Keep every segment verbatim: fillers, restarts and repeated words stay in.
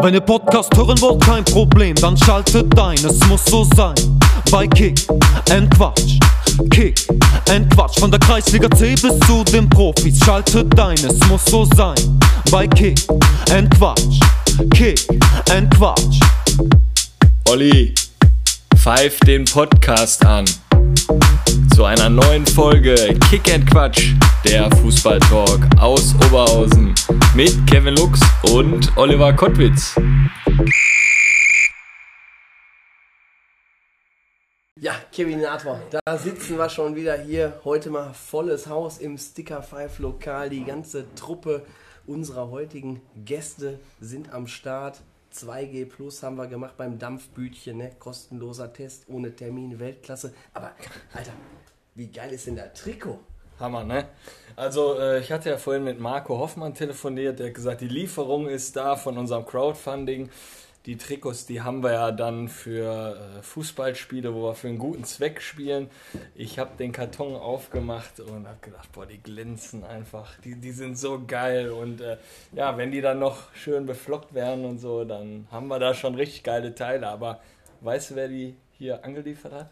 Wenn ihr Podcast hören wollt, kein Problem, dann schaltet ein, es muss so sein. Bei Kick and Quatsch, Kick and Quatsch. Von der Kreisliga C bis zu den Profis, schaltet ein, es muss so sein. Bei Kick and Quatsch, Kick and Quatsch. Olli, pfeif den Podcast an zu einer neuen Folge Kick and Quatsch, der Fußballtalk aus Oberhausen mit Kevin Lux und Oliver Kottwitz. Ja, Kevin Nator, da sitzen wir schon wieder hier. Heute mal volles Haus im Sticker fünf Lokal. Die ganze Truppe unserer heutigen Gäste sind am Start. zwei G Plus haben wir gemacht beim Dampfbütchen, ne? Kostenloser Test, ohne Termin, Weltklasse. Aber, Alter, wie geil ist denn der Trikot? Hammer, ne? Also äh, ich hatte ja vorhin mit Marco Hoffmann telefoniert, der hat gesagt, die Lieferung ist da von unserem Crowdfunding. Die Trikots, die haben wir ja dann für äh, Fußballspiele, wo wir für einen guten Zweck spielen. Ich habe den Karton aufgemacht und habe gedacht, boah, die glänzen einfach, die, die sind so geil. Und äh, ja, wenn die dann noch schön beflockt werden und so, dann haben wir da schon richtig geile Teile. Aber weißt du, wer die hier angeliefert hat?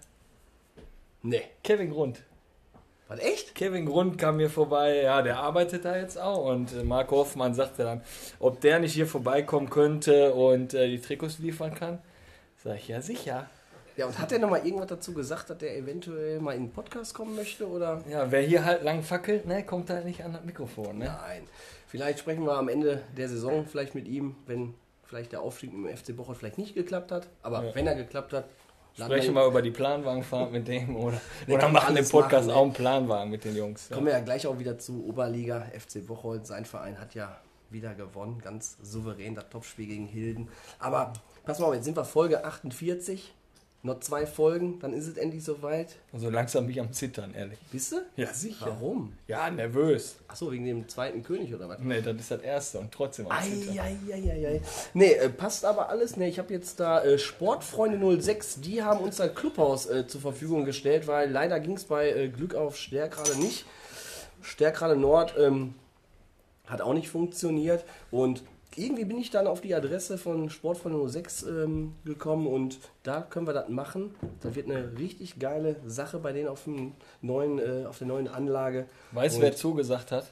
Nee. Kevin Grund. Was, echt? Kevin Grund kam hier vorbei, ja, der arbeitet da jetzt auch und äh, Marco Hoffmann sagte dann, ob der nicht hier vorbeikommen könnte und äh, die Trikots liefern kann. Sag ich, ja sicher. Ja, und hat der nochmal irgendwas dazu gesagt, dass der eventuell mal in den Podcast kommen möchte, oder? Ja, wer hier halt lang fackelt, ne, kommt halt nicht an das Mikrofon, ne? Nein. Vielleicht sprechen wir am Ende der Saison vielleicht mit ihm, wenn vielleicht der Aufstieg mit dem F C Bocholt vielleicht nicht geklappt hat. Aber ja, wenn er geklappt hat, sprechen wir über die Planwagenfahrt mit dem oder, oder machen den Podcast machen, auch einen Planwagen mit den Jungs. Ja. Kommen wir ja gleich auch wieder zu Oberliga. F C Bocholt, sein Verein hat ja wieder gewonnen, ganz souverän, das Topspiel gegen Hilden. Aber pass mal auf, jetzt sind wir Folge achtundvierzig, noch zwei Folgen, dann ist es endlich soweit. Also langsam bin ich am Zittern, ehrlich. Bist du? Ja, sicher. Warum? Ja, nervös. Achso, wegen dem zweiten König oder was? Nee, das ist das erste und trotzdem am Zittern. Eieieiei. Nee, äh, passt aber alles. Nee, ich habe jetzt da äh, Sportfreunde null sechs, die haben uns ein Clubhaus äh, zur Verfügung gestellt, weil leider ging es bei äh, Glück auf Stärkrade nicht. Stärkrade Nord ähm, hat auch nicht funktioniert und irgendwie bin ich dann auf die Adresse von Sportfreunde null sechs ähm, gekommen und da können wir das machen. Das wird eine richtig geile Sache bei denen auf, dem neuen, äh, auf der neuen Anlage. Weißt du, wer zugesagt hat?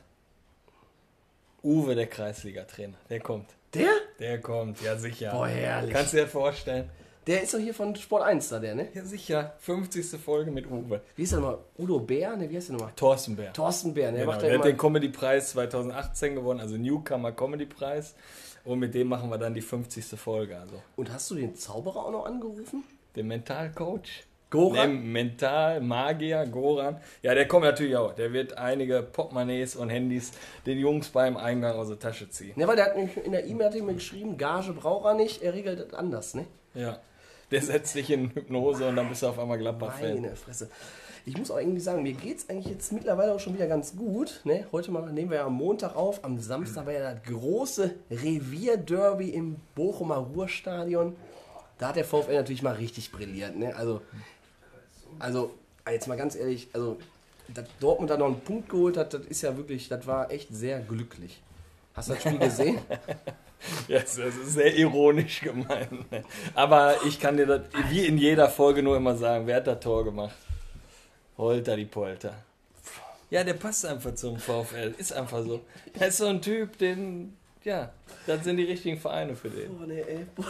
Uwe, der Kreisliga-Trainer. Der kommt. Der? Der kommt, ja sicher. Boah, herrlich. Kannst du dir das vorstellen? Der ist doch hier von Sport eins da, der, ne? Ja sicher. fünfzigste Folge mit Uwe. Wie ist der nochmal? Udo Bär? Ne, wie heißt der nochmal? Thorsten Bär. Thorsten Bär, ne? Genau, Macht der der hat immer... den Comedy-Preis zweitausendachtzehn gewonnen, also Newcomer Comedy-Preis. Und mit dem machen wir dann die fünfzigste Folge. Also. Und hast du den Zauberer auch noch angerufen? Den Mentalcoach? Goran? Den Mental-Magier, Goran. Ja, der kommt natürlich auch. Der wird einige Portemonnaies und Handys den Jungs beim Eingang aus der Tasche ziehen. Ne, weil der hat nämlich in der E-Mail hat er mir geschrieben, Gage braucht er nicht, er regelt das anders, ne? Ja. Der setzt dich in Hypnose und dann bist du auf einmal Gladbach-Fan. Meine Fresse. Ich muss auch irgendwie sagen, mir geht es eigentlich jetzt mittlerweile auch schon wieder ganz gut. Ne? Heute mal nehmen wir ja am Montag auf. Am Samstag war ja das große Revierderby im Bochumer Ruhrstadion. Da hat der VfL natürlich mal richtig brilliert. Ne? Also, also, jetzt mal ganz ehrlich, also, dass Dortmund da noch einen Punkt geholt hat, das ist ja wirklich, das war echt sehr glücklich. Hast du das Spiel gesehen? Ja, das ist sehr ironisch gemeint. Aber ich kann dir das wie in jeder Folge nur immer sagen, wer hat das Tor gemacht? Holter die Polter. Ja, der passt einfach zum VfL. Ist einfach so. Er ist so ein Typ, den, ja, das sind die richtigen Vereine für den. Boah, nee, ey. Boah,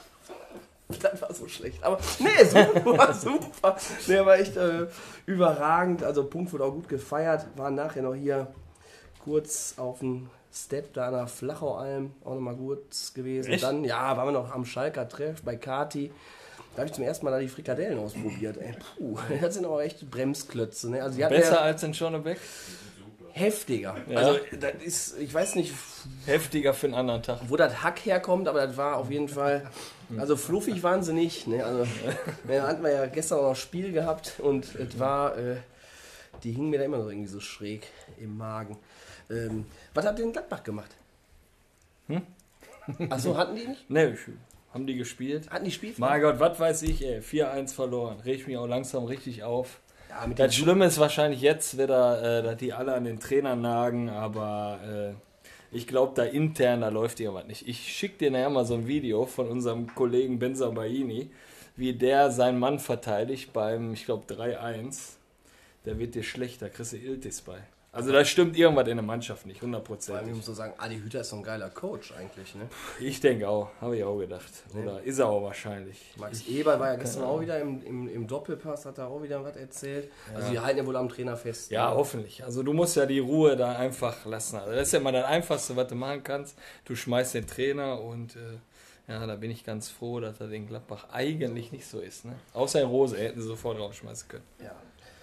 das war so schlecht. Aber nee, super, super. Der war echt äh, überragend. Also Punkt wurde auch gut gefeiert. Waren nachher noch hier kurz auf dem Step da an der Flachaualm. Auch nochmal gut gewesen. Echt? Dann, ja, waren wir noch am Schalker Treff bei Kati. Da habe ich zum ersten Mal da die Frikadellen ausprobiert. Ey, puh, das sind aber echt Bremsklötze. Ne? Also die Besser ja als in Schönebeck? heftiger. Ja. Also das ist, ich weiß nicht, Heftiger für einen anderen Tag. wo das Hack herkommt, aber das war auf jeden Fall, also fluffig waren sie nicht. Ne? Also, da hatten wir ja gestern auch noch Spiel gehabt und es war, äh, die hingen mir da immer noch irgendwie so schräg im Magen. Ähm, was hat denn Gladbach gemacht? Hm? Achso, hatten die nicht? Ne, haben die gespielt? Hatten die Spiel? Mein Gott, was weiß ich, ey. vier eins verloren. Reg ich mich auch langsam richtig auf. Ja, mit Das Schlimme ist wahrscheinlich jetzt wieder, äh, dass die alle an den Trainer nagen, aber äh, Ich glaube, da intern, da läuft irgendwas nicht. Ich schicke dir nachher mal so ein Video von unserem Kollegen Benzabaini, wie der seinen Mann verteidigt beim, ich glaube, drei eins. Der wird dir schlechter, kriegst du Iltis bei. Also da stimmt irgendwas in der Mannschaft nicht, hundert Prozent. Vor allem, ich muss so sagen, Adi Hütter ist so ein geiler Coach eigentlich, ne? Ich denke auch, habe ich auch gedacht. Oder Nee. ist er auch wahrscheinlich. Max Eber war ja gestern auch wieder im, im, im Doppelpass, hat da auch wieder was erzählt. Also die halten ja wohl am Trainer fest. Ja, ne? hoffentlich. Also du musst ja die Ruhe da einfach lassen. Also das ist ja immer das Einfachste, was du machen kannst. Du schmeißt den Trainer und äh, ja, da bin ich ganz froh, dass das in Gladbach eigentlich nicht so ist. Ne? Außer in Rose hätten sie sofort rausschmeißen können. Ja.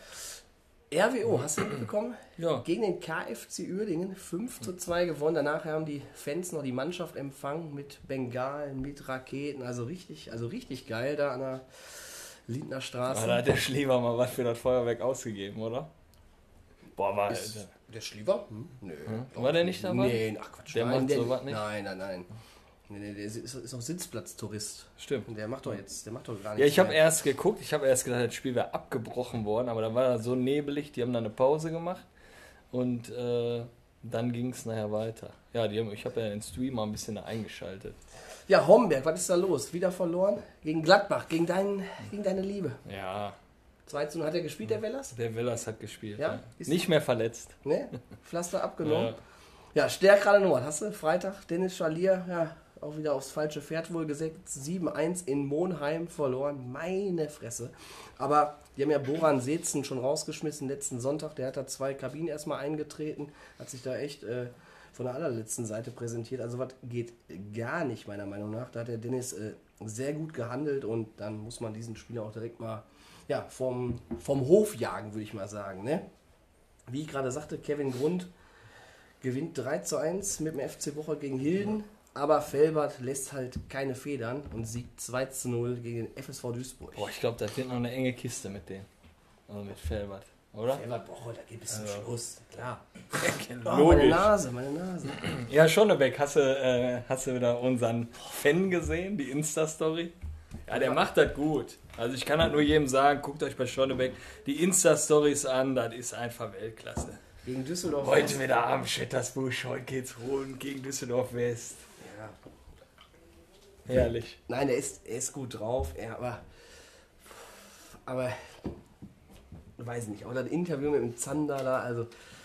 R W O, hast du mitbekommen? Ja. Gegen den K F C Uerdingen fünf zu zwei gewonnen. Danach haben die Fans noch die Mannschaft empfangen mit Bengalen, mit Raketen. Also richtig, also richtig geil da an der Lindner Straße. Aber da hat der Schlieber mal was für das Feuerwerk ausgegeben, oder? Boah, war Ist der Schlieber? Hm? Nö. Hm? War der nicht dabei? Nee, ach Quatsch. Der nein, macht sowas nicht? Nein, nein, nein. Nee, nee, der ist, ist auch Sitzplatztourist. Stimmt. Der macht doch jetzt, der macht doch gar nichts Ja, ich habe mehr. erst geguckt, ich habe erst gedacht, das Spiel wäre abgebrochen worden, aber da war das so nebelig, die haben dann eine Pause gemacht und äh, dann ging es nachher weiter. Ja, die haben, ich habe ja den Stream mal ein bisschen da eingeschaltet. Ja, Homberg, was ist da los? Wieder verloren? Gegen Gladbach, gegen, dein, gegen deine Liebe. Ja, zwei zu null hat er gespielt, der Wellers? der Wellers hat gespielt. Ja? Ja. Ist- Nicht mehr verletzt. Ne? Pflaster abgenommen. Ja. Ja, Stärkrade Nord, hast du? Freitag, Dennis Schalier, ja, auch wieder aufs falsche Pferd wohl gesetzt. sieben eins in Monheim verloren. Meine Fresse. Aber die haben ja Boran Seetzen schon rausgeschmissen letzten Sonntag. Der hat da zwei Kabinen erstmal eingetreten. Hat sich da echt äh, von der allerletzten Seite präsentiert. Also was geht gar nicht, meiner Meinung nach. Da hat der Dennis äh, sehr gut gehandelt und dann muss man diesen Spieler auch direkt mal ja, vom, vom Hof jagen, würde ich mal sagen. Ne? Wie ich gerade sagte, Kevin Grund gewinnt drei zu eins mit dem F C Bocholt gegen Hilden, aber Felbert lässt halt keine Federn und siegt zwei zu null gegen den F S V Duisburg. Boah, ich glaube, das wird noch eine enge Kiste mit denen. Also mit Felbert, oder? Felbert Bocholt, da geht bis zum Schluss, klar. Ja, Oh, meine Nase, meine Nase. Ja, Schonnebeck, hast du, äh, hast du wieder unseren Fan gesehen, die Insta-Story? Ja, der macht das gut. Also ich kann halt nur jedem sagen, guckt euch bei Schonnebeck die Insta-Stories an, das ist einfach Weltklasse. Gegen Düsseldorf. Heute wieder am Schettersbusch, heute geht's rund gegen Düsseldorf West. Ja. Herrlich. Nein, der ist, er ist gut drauf, er, aber, aber, weiß nicht, auch das Interview mit dem Zander da, also,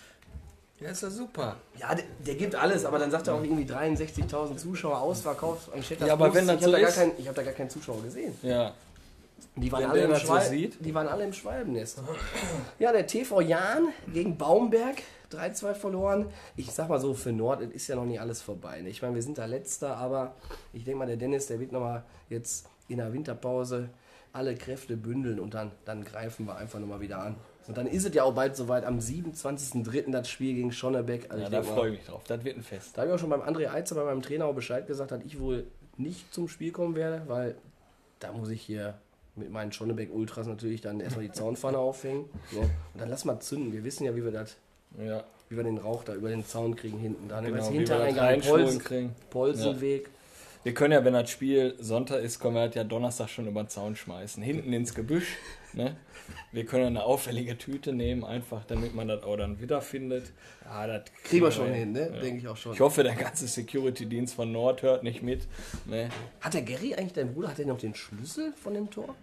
Ja, ist ja super. ja, der, der gibt alles, aber dann sagt er auch irgendwie dreiundsechzigtausend Zuschauer ausverkauft am Schetters. Ja, aber wenn das ich habe so da, gar ist- kein, ich hab da gar keinen Zuschauer gesehen. Ja. Die waren, Wenn alle der im das so Schwal- sieht. die waren alle im Schwalbennest. Ja, der T V Jahn gegen Baumberg, drei zwei verloren. Ich sag mal so, für Nord ist ja noch nicht alles vorbei. Ne? Ich meine, wir sind da Letzter, aber ich denke mal, der Dennis, der wird nochmal jetzt in der Winterpause alle Kräfte bündeln und dann, dann greifen wir einfach nochmal wieder an. Und dann ist es ja auch bald soweit, am siebenundzwanzigsten dritten das Spiel gegen Schonnebeck. Also Ja, ich da denk mal, freue ich mich drauf. Das wird ein Fest. da habe ich auch schon beim André Eitzer, bei meinem Trainer auch Bescheid gesagt, dass ich wohl nicht zum Spiel kommen werde, weil da muss ich hier mit meinen Schonnebeck-Ultras natürlich dann erstmal die Zaunpfanne aufhängen. Ne? Und dann lass mal zünden. Wir wissen ja, wie wir das, Ja, wie wir den Rauch da über den Zaun kriegen hinten. Da ne? genau. Weißt du, Wie wir das Hintereingang, reinschwulen Polsen, kriegen. Polsenweg. Wir können ja, wenn das Spiel Sonntag ist, können wir das ja Donnerstag schon über den Zaun schmeißen. Hinten ins Gebüsch. Ne? Wir können eine auffällige Tüte nehmen, einfach, damit man das auch dann wiederfindet. Ja, das Kriegen wir schon hin, ne? Ja. Denke ich auch schon. Ich hoffe, der ganze Security-Dienst von Nord hört nicht mit. Ne? Hat der Gary eigentlich, dein Bruder, hat der noch den Schlüssel von dem Tor?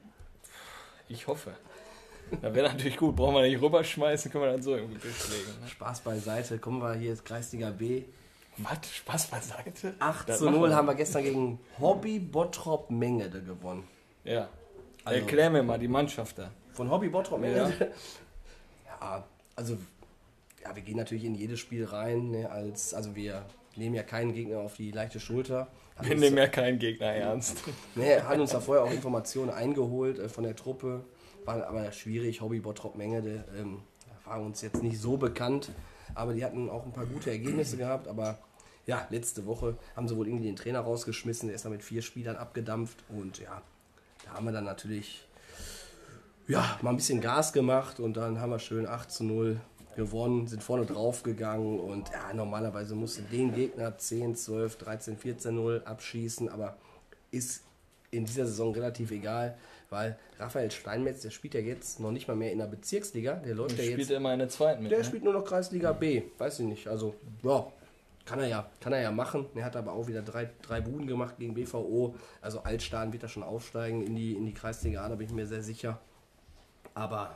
Ich hoffe. Da wäre natürlich gut. Brauchen wir nicht rüberschmeißen, können wir dann so im Gebüsch legen. Ne? Spaß beiseite. Kommen wir hier ins Kreisliga B. Was? Spaß beiseite? acht Das zu machen null wir. haben wir gestern gegen Hobby Bottrop Mengede gewonnen. Ja. Also- Erklär mir mal die Mannschaft da. Von Hobby Bottrop Mengede? Ja. ja, also ja, wir gehen natürlich in jedes Spiel rein. Ne, als, also wir nehmen ja keinen Gegner auf die leichte Schulter. Haben Wir uns- nehmen ja keinen Gegner ernst. Ne, haben uns da vorher auch Informationen eingeholt äh, von der Truppe. War aber schwierig. Hobby Bottrop Mengede ähm, war uns jetzt nicht so bekannt. Aber die hatten auch ein paar gute Ergebnisse gehabt. Aber ja, letzte Woche haben sie wohl irgendwie den Trainer rausgeschmissen. Der ist dann mit vier Spielern abgedampft. Und ja, da haben wir dann natürlich ja, mal ein bisschen Gas gemacht. Und dann haben wir schön acht zu null gewonnen, sind vorne drauf gegangen. Und ja, normalerweise musste den Gegner zehn, zwölf, dreizehn, vierzehn null abschießen. Aber ist in dieser Saison relativ egal, weil Raphael Steinmetz, der spielt ja jetzt noch nicht mal mehr in der Bezirksliga. Der läuft Der ja spielt jetzt. immer in der zweiten mit. Der Ne? spielt nur noch Kreisliga B. Weiß ich nicht. Also, ja, Kann er ja, kann er ja machen. Er hat aber auch wieder drei, drei Buden gemacht gegen B V O. Also Altstaden wird er schon aufsteigen in die, in die Kreisliga A, da bin ich mir sehr sicher. Aber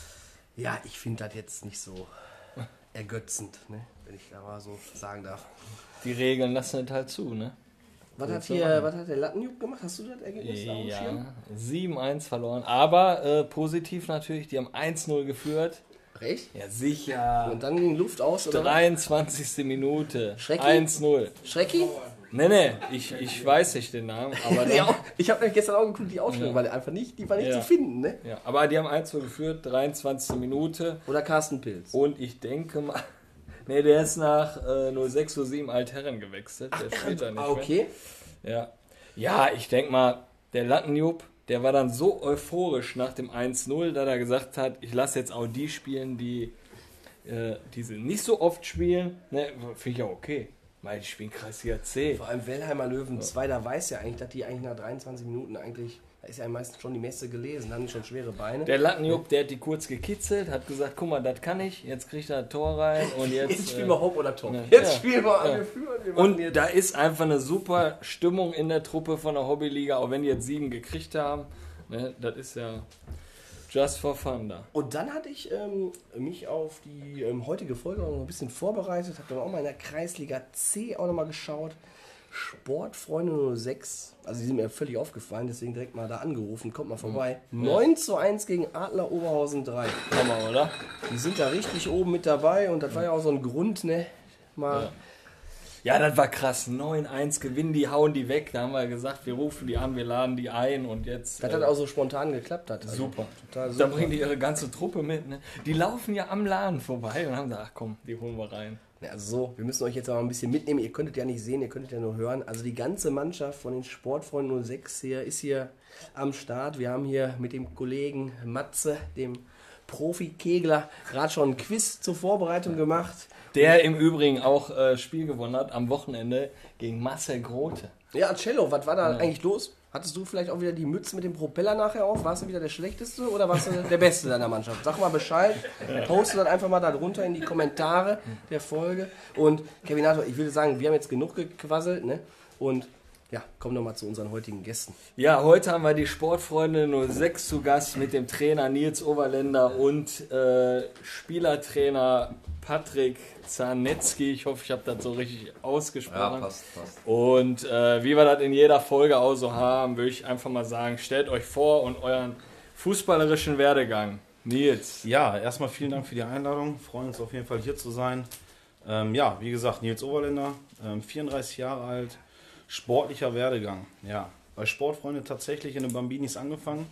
ja, ich finde das jetzt nicht so ergötzend, ne? Wenn ich da mal so sagen darf. Die Regeln lassen das halt zu, ne? Was hat, hier, was hat der Lattenjuck gemacht? Hast du das Ergebnis da Ja, sieben eins verloren. Aber äh, positiv natürlich, die haben eins null geführt. Recht? Ja, sicher. Und dann ging Luft aus, oder? dreiundzwanzigste Minute. Schrecki? eins null. Schrecki? Nee, nee, ich, ich weiß nicht den Namen. Aber dann, Ja, ich habe gestern auch geguckt, die Aufstellung, Ja. weil einfach nicht, die war nicht Ja. zu finden, ne? ja, aber die haben eins null geführt, dreiundzwanzigste Minute. Oder Carsten Pilz. Und ich denke mal, nee, der ist nach äh, null sechs null sieben Altherren gewechselt. Der spielt da nicht Ah, okay. mehr. Ja. ja, ich denke mal, der Lattenjupp, der war dann so euphorisch nach dem eins null, dass er gesagt hat, ich lasse jetzt auch die spielen, die äh, diese nicht so oft spielen. Ne, finde ich ja okay. Weil die spielen Kreisliga C. Vor allem Wellheimer Löwen zwei, da weiß ja eigentlich, dass die eigentlich nach dreiundzwanzig Minuten eigentlich, da ist ja meistens schon die Messe gelesen, da haben die schon schwere Beine. Der Lattenjupp, der hat die kurz gekitzelt, hat gesagt, guck mal, das kann ich, jetzt kriegt er ein Tor rein und jetzt... Jetzt spielen wir Hope oder Top. ja, Jetzt ja, spielen wir an, ja. wir führen. Wir machen Und jetzt. da ist einfach eine super Stimmung in der Truppe von der Hobbyliga, auch wenn die jetzt sieben gekriegt haben. Ne, das ist ja just for fun da. Und dann hatte ich ähm, mich auf die ähm, heutige Folge noch ein bisschen vorbereitet, habe dann auch mal in der Kreisliga C auch nochmal geschaut. Sportfreunde null sechs, also die sind mir völlig aufgefallen, deswegen direkt mal da angerufen, kommt mal vorbei. neun zu eins gegen Adler Oberhausen drei. Hammer, oder? Die sind da richtig oben mit dabei und das war ja auch so ein Grund, ne? Mal. Ja. Ja, das war krass. neun eins gewinnen die, hauen die weg. Da haben wir gesagt, wir rufen die an, wir laden die ein und jetzt... Das äh, hat auch so spontan geklappt. Hat. Also super. total Da super. bringen die ihre ganze Truppe mit. Ne? Die laufen ja am Laden vorbei und haben gesagt, ach komm, die holen wir rein. Ja, also so, wir müssen euch jetzt aber ein bisschen mitnehmen. Ihr könntet ja nicht sehen, ihr könntet ja nur hören. Also die ganze Mannschaft von den Sportfreunden null sechs hier ist hier am Start. Wir haben hier mit dem Kollegen Matze, dem Profi-Kegler, gerade schon ein Quiz zur Vorbereitung gemacht. Der im Übrigen auch äh, Spiel gewonnen hat am Wochenende gegen Marcel Grote. Ja, Cello, was war da eigentlich los? Hattest du vielleicht auch wieder die Mütze mit dem Propeller nachher auf? Warst du wieder der Schlechteste oder warst du der Beste deiner Mannschaft? Sag mal Bescheid, poste dann einfach mal da drunter in die Kommentare der Folge. Und Kevinator, ich würde sagen, wir haben jetzt genug gequasselt, ne? Und ja, kommen wir mal zu unseren heutigen Gästen. Ja, heute haben wir die Sportfreunde null sechs zu Gast mit dem Trainer Nils Oberländer und äh, Spielertrainer Patrick Zanetzki. Ich hoffe, ich habe das so richtig ausgesprochen. Ja, passt, passt. Und äh, wie wir das in jeder Folge auch so haben, würde ich einfach mal sagen, stellt euch vor und euren fußballerischen Werdegang. Nils. Ja, erstmal vielen Dank für die Einladung. Wir freuen uns auf jeden Fall hier zu sein. Ähm, ja, wie gesagt, Nils Oberländer, ähm, vierunddreißig Jahre alt, sportlicher Werdegang. Ja, bei Sportfreunde tatsächlich in den Bambinis angefangen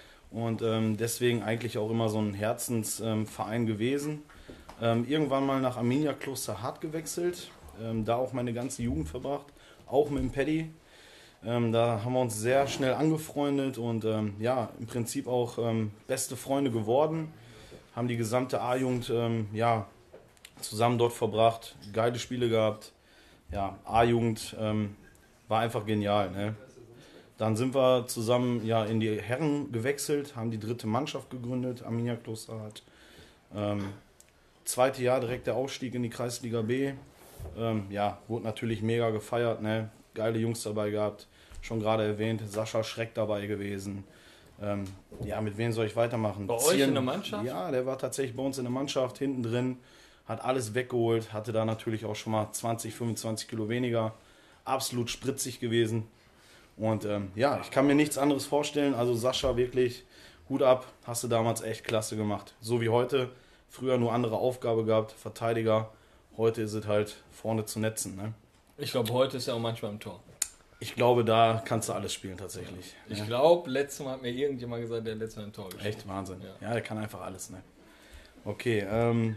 und ähm, deswegen eigentlich auch immer so ein Herzensverein ähm, gewesen. Ähm, irgendwann mal nach Arminia Kloster Hart gewechselt, ähm, da auch meine ganze Jugend verbracht, auch mit dem Paddy. Ähm, da haben wir uns sehr schnell angefreundet und ähm, ja, im Prinzip auch ähm, beste Freunde geworden. Haben die gesamte A-Jugend ähm, ja, zusammen dort verbracht, geile Spiele gehabt. Ja, A-Jugend ähm, war einfach genial. Ne? Dann sind wir zusammen ja, in die Herren gewechselt, haben die dritte Mannschaft gegründet, Arminia Kloster Hart. Ähm, zweite Jahr direkt der Aufstieg in die Kreisliga B. Ähm, ja, wurde natürlich mega gefeiert, ne? Geile Jungs dabei gehabt. Schon gerade erwähnt, Sascha Schreck dabei gewesen. Ähm, ja, mit wem soll ich weitermachen? Bei euch in der Mannschaft? Ja, der war tatsächlich bei uns in der Mannschaft, hinten drin, hat alles weggeholt, hatte da natürlich auch schon mal zwanzig, fünfundzwanzig Kilo weniger. Absolut spritzig gewesen. Und ähm, ja, ich kann mir nichts anderes vorstellen. Also Sascha, wirklich Hut ab, hast du damals echt klasse gemacht. So wie heute. Früher nur andere Aufgabe gehabt, Verteidiger. Heute ist es halt vorne zu netzen. Ne? Ich glaube, heute ist er auch manchmal im Tor. Ich glaube, da kannst du alles spielen tatsächlich. Ich Ja. glaube, letztes Mal hat mir irgendjemand gesagt, der letzte Mal im Tor gespielt. Echt Wahnsinn. Ja. Ja, der kann einfach alles. Ne? Okay, ähm,